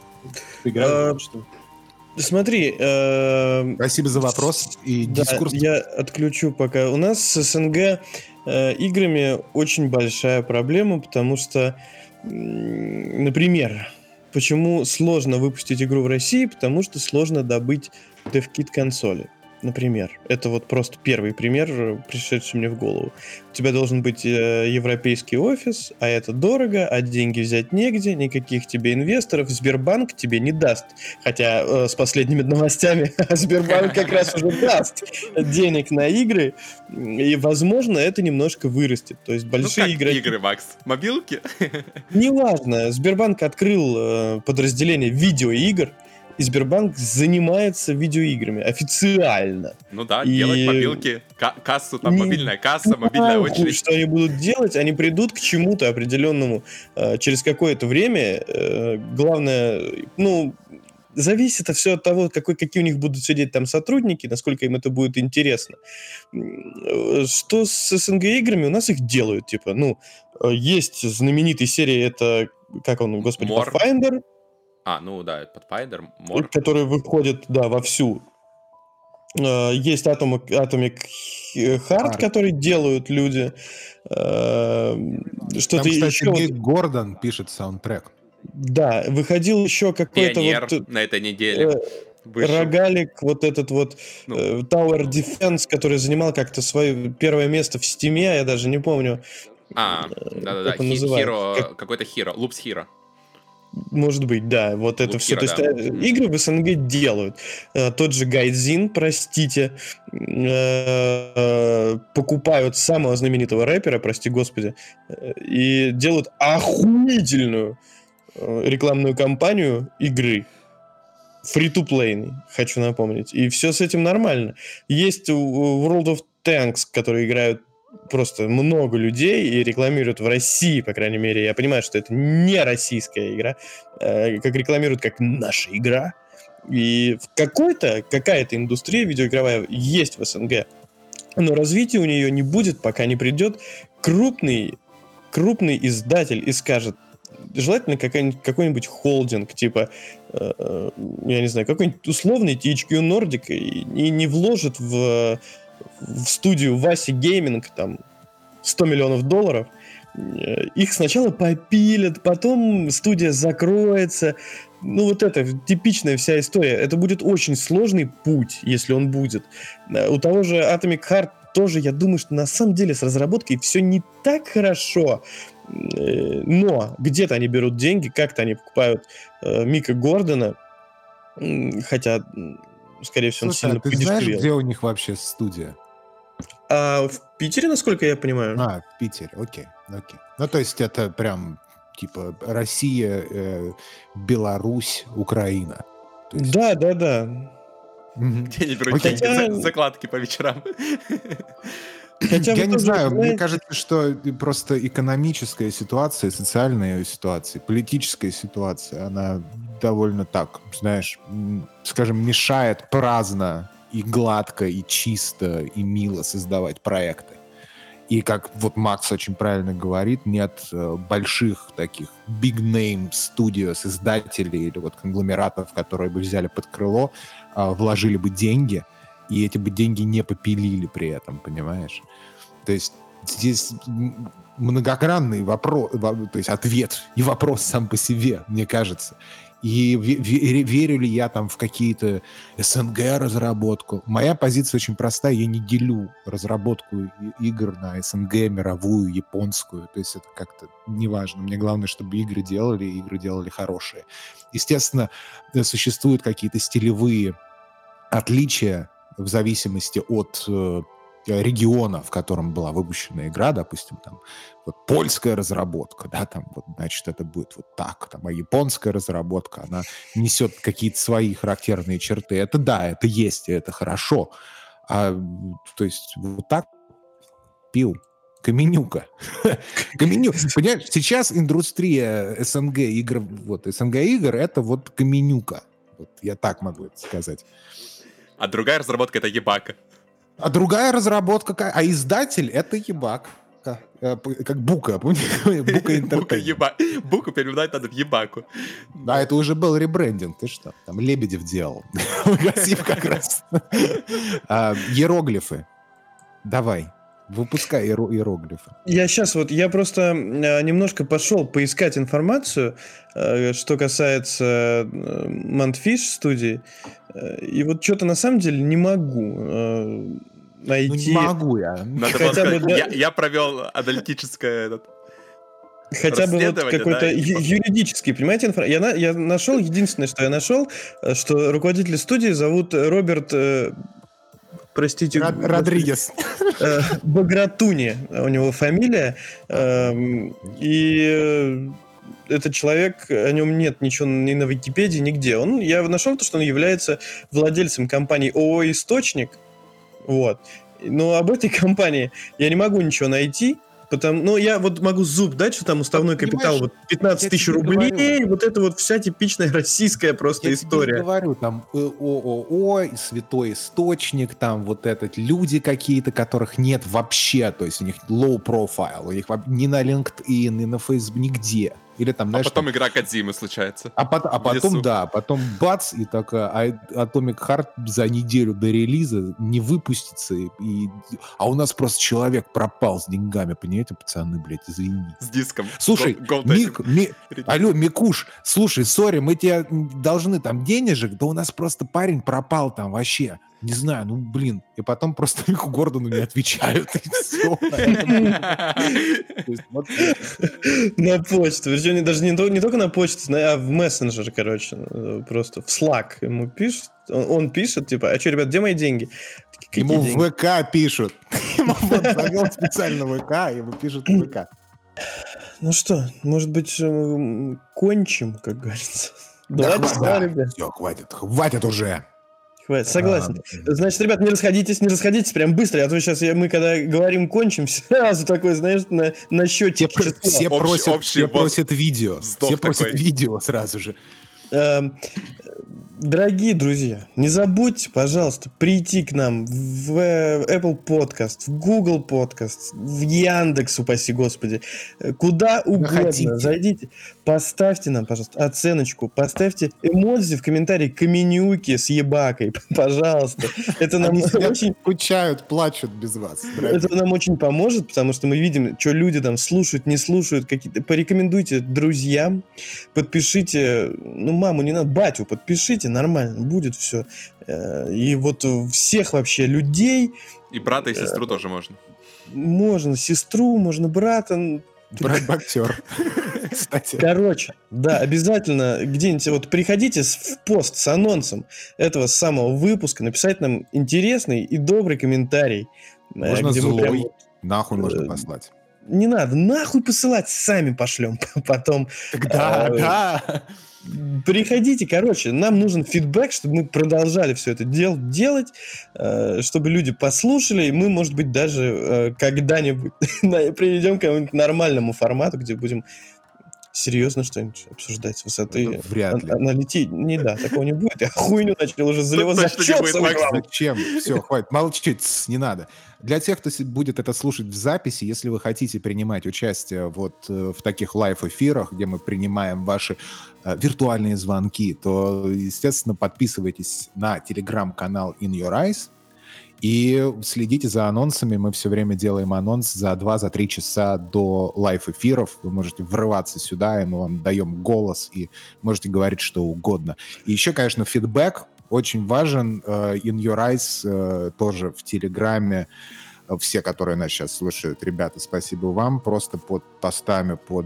Смотри, спасибо за вопрос и дискурс. Я отключу пока. У нас с СНГ играми очень большая проблема, потому что, например, почему сложно выпустить игру в России? Потому что сложно добыть DevKit консоли. Например, это вот просто первый пример, пришедший мне в голову. У тебя должен быть европейский офис, а это дорого, а деньги взять негде, никаких тебе инвесторов, Сбербанк тебе не даст. Хотя с последними новостями Сбербанк как раз уже даст денег на игры, и, возможно, это немножко вырастет. То есть большие игроки... игры, Макс? Мобилки? Неважно. Сбербанк открыл подразделение видеоигр, и Сбербанк занимается видеоиграми официально. Ну да, И делать мобилки, кассу, там мобильная касса, мобильная очередь. Что они будут делать, они придут к чему-то определенному через какое-то время. Главное, зависит это все от того, какие у них будут сидеть там сотрудники, насколько им это будет интересно. Что с СНГ-играми? У нас их делают, типа, есть знаменитые серии, это, как он, господи, More. Pathfinder. Pathfinder, More. Который выходит, вовсю. Есть Atomic Heart, который делают люди. Что-то Там, кстати, еще... Ник Гордон пишет саундтрек. Да, выходил еще какой-то Пионер на этой неделе. Рогалик, вот этот вот Tower Defense, который занимал как-то свое первое место в Стиме, я даже не помню. Да-да-да, какой-то Hero, Loops Hero. Может быть, да, вот это все. То есть игры в СНГ делают. Тот же Гайдзин, простите, покупают самого знаменитого рэпера, прости господи, и делают охуительную рекламную кампанию игры. Free-to-play, хочу напомнить. И все с этим нормально. Есть World of Tanks, которые играют просто много людей и рекламируют в России, по крайней мере. Я понимаю, что это не российская игра, как рекламируют как наша игра. И какая-то индустрия видеоигровая есть в СНГ. Но развития у нее не будет, пока не придет крупный издатель и скажет, желательно какой-нибудь холдинг, типа, я не знаю, какой-нибудь условный THQ Nordic и не вложит в студию Васи Гейминг там $100 миллионов, их сначала попилят, потом студия закроется. Вот это типичная вся история. Это будет очень сложный путь, если он будет. У того же Atomic Heart тоже, я думаю, что на самом деле с разработкой все не так хорошо. Но где-то они берут деньги, как-то они покупают Мика Гордона, хотя, скорее всего, он сильно подешевел. Ты знаешь, где у них вообще студия? В Питере, насколько я понимаю. В Питере, окей. То есть это прям типа Россия, Беларусь, Украина. Есть... Да. Где они берут закладки по вечерам? Я не знаю, мне кажется, что просто экономическая ситуация, социальная ситуация, политическая ситуация, она довольно так, знаешь, скажем, мешает праздно и гладко, и чисто, и мило создавать проекты. И как вот Макс очень правильно говорит, нет больших таких big-name studios, издателей или вот конгломератов, которые бы взяли под крыло, вложили бы деньги, и эти бы деньги не попилили при этом, понимаешь? То есть здесь многогранный вопрос, то есть ответ и вопрос сам по себе, мне кажется. И верю ли я там в какие-то СНГ-разработку? Моя позиция очень простая, я не делю разработку игр на СНГ, мировую, японскую, то есть это как-то неважно. Мне главное, чтобы игры делали хорошие. Естественно, существуют какие-то стилевые отличия в зависимости от региона, в котором была выпущена игра, допустим, там, вот польская разработка, да, там, вот, значит, это будет вот так, там, а японская разработка, она несет какие-то свои характерные черты. Это да, это есть, и это хорошо. То есть вот так пил. Каменюка. Понимаешь, сейчас индустрия СНГ игр, СНГ игр, это вот каменюка. Вот я так могу это сказать. А другая разработка — это ебака. А другая разработка, а издатель — это ебак. Как Бука, Бука Интертеймент. Буку переименовать надо в ебаку. Да, это уже был ребрендинг, ты что? Там Лебедев делал. Гасив как раз. Иероглифы. Давай. Выпускай иероглифы. Я просто немножко пошел поискать информацию, что касается Mantfish студии, и вот что-то на самом деле не могу найти. Не могу я. Надо было сказать, я провел аналитическое хотя бы вот какой-то юридический, понимаете, я нашел, единственное, что я нашел, что руководителя студии зовут Роберт... Простите. Родригес. Багратуни у него фамилия. И этот человек, о нем нет ничего ни на Википедии, нигде. Я нашел то, что он является владельцем компании ООО «Источник». Вот. Но об этой компании я не могу ничего найти. Я вот могу зуб дать, что там уставной капитал вот 15 тысяч рублей, говорю. Вот это вот вся типичная российская просто история. Я говорю, там ООО, святой источник, там вот этот люди какие-то, которых нет вообще, то есть у них low profile, у них ни на LinkedIn, ни на Facebook, нигде. Или там, знаешь, потом игра Кодзимы случается. Потом бац, и такая Atomic Heart за неделю до релиза не выпустится. А у нас просто человек пропал с деньгами, понимаете, пацаны, блядь, извините. С диском. Слушай, алло, Микуш, слушай, сори, мы тебе должны там денежек, да у нас просто парень пропал там вообще. Не знаю, и потом просто Мику Гордону не отвечают, и все. На почту. Причем даже не только на почту, а в мессенджер, короче. Просто в Slack ему пишут. Он пишет, типа, а что, ребят, где мои деньги? Ему в ВК пишут. Ему завел специально ВК, ему пишут в ВК. Ну что, может быть, кончим, как говорится. Давайте, все, хватит уже. Хватит, согласен. Значит, ребят, не расходитесь прям быстро, а то сейчас мы, когда говорим кончим, сразу такой, знаешь, на счете. Все просят видео. Все просят видео сразу же. Дорогие друзья, не забудьте, пожалуйста, прийти к нам в Apple Podcast, в Google Podcast, в Яндекс, упаси господи, куда угодно. Зайдите, поставьте нам, пожалуйста, оценочку, поставьте эмодзи в комментарии каменюки с ебакой, пожалуйста. Это нам очень... скучают, плачут без вас. Это нам очень поможет, потому что мы видим, что люди там слушают, не слушают, какие-то. Порекомендуйте друзьям, подпишите, маму не надо, батю подпишите, нормально, будет все. И вот всех вообще людей... И брата, и сестру тоже можно. Можно сестру, можно брата. Брат-боксер, кстати. Короче, да, обязательно где-нибудь вот приходите в пост с анонсом этого самого выпуска, написать нам интересный и добрый комментарий. Можно злой, нахуй можно послать. Не надо, нахуй посылать, сами пошлем потом. Да. Приходите, короче, нам нужен фидбэк, чтобы мы продолжали все это делать, чтобы люди послушали, и мы, может быть, даже когда-нибудь приведем к какому-нибудь нормальному формату, где будем серьезно что-нибудь обсуждать с высоты. Вряд ли. Не, да, такого не будет. Я хуйню начал уже заливать. Зачем? Все, хватит, молчите, не надо. Для тех, кто будет это слушать в записи, если вы хотите принимать участие вот в таких лайв-эфирах, где мы принимаем ваши виртуальные звонки, то, естественно, подписывайтесь на телеграм-канал In Your Eyes и следите за анонсами. Мы все время делаем анонс за 2-3 часа до лайв-эфиров. Вы можете врываться сюда, и мы вам даем голос, и можете говорить что угодно. И еще, конечно, фидбэк очень важен. In Your Eyes тоже в Телеграме. Все, которые нас сейчас слушают, ребята, спасибо вам. Просто под постами, под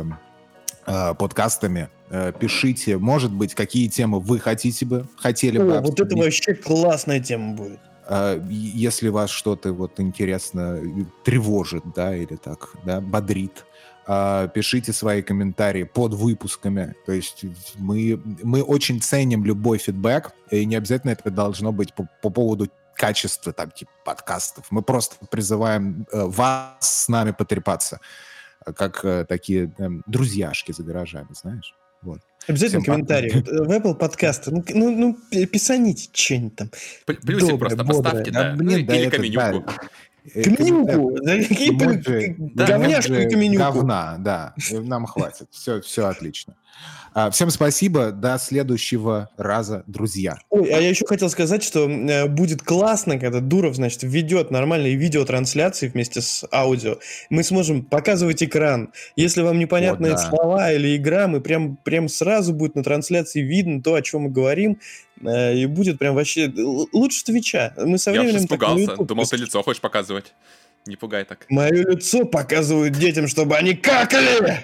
подкастами пишите, может быть, какие темы вы хотели бы обсудить. Вот это вообще классная тема будет. Если вас что-то вот интересно тревожит, да, или так, да, бодрит, пишите свои комментарии под выпусками. То есть мы очень ценим любой фидбэк, и не обязательно это должно быть по поводу качества там типа подкастов. Мы просто призываем вас с нами потрепаться, как такие друзьяшки за гаражами, знаешь. Вот. Обязательно комментарии. Вот, в Apple подкасты. Писаните что-нибудь там. Плюсик доброе, просто поставьте, да. Или каменюку. Каменюку? Говняшку и каменюку. Говна, да. Нам хватит. Все отлично. Всем спасибо. До следующего раза, друзья. Ой, а я еще хотел сказать, что будет классно, когда Дуров, значит, введет нормальные видеотрансляции вместе с аудио. Мы сможем показывать экран. Если вам непонятны слова или игра, мы прям сразу будет на трансляции видно то, о чем мы говорим. И будет прям вообще лучше Твича. Мы со временем... Я испугался. Думал, ты лицо хочешь показывать. Не пугай так. Мое лицо показывают детям, чтобы они какали!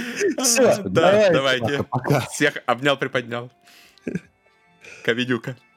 Все, давайте. Всех обнял, приподнял. Каменюка.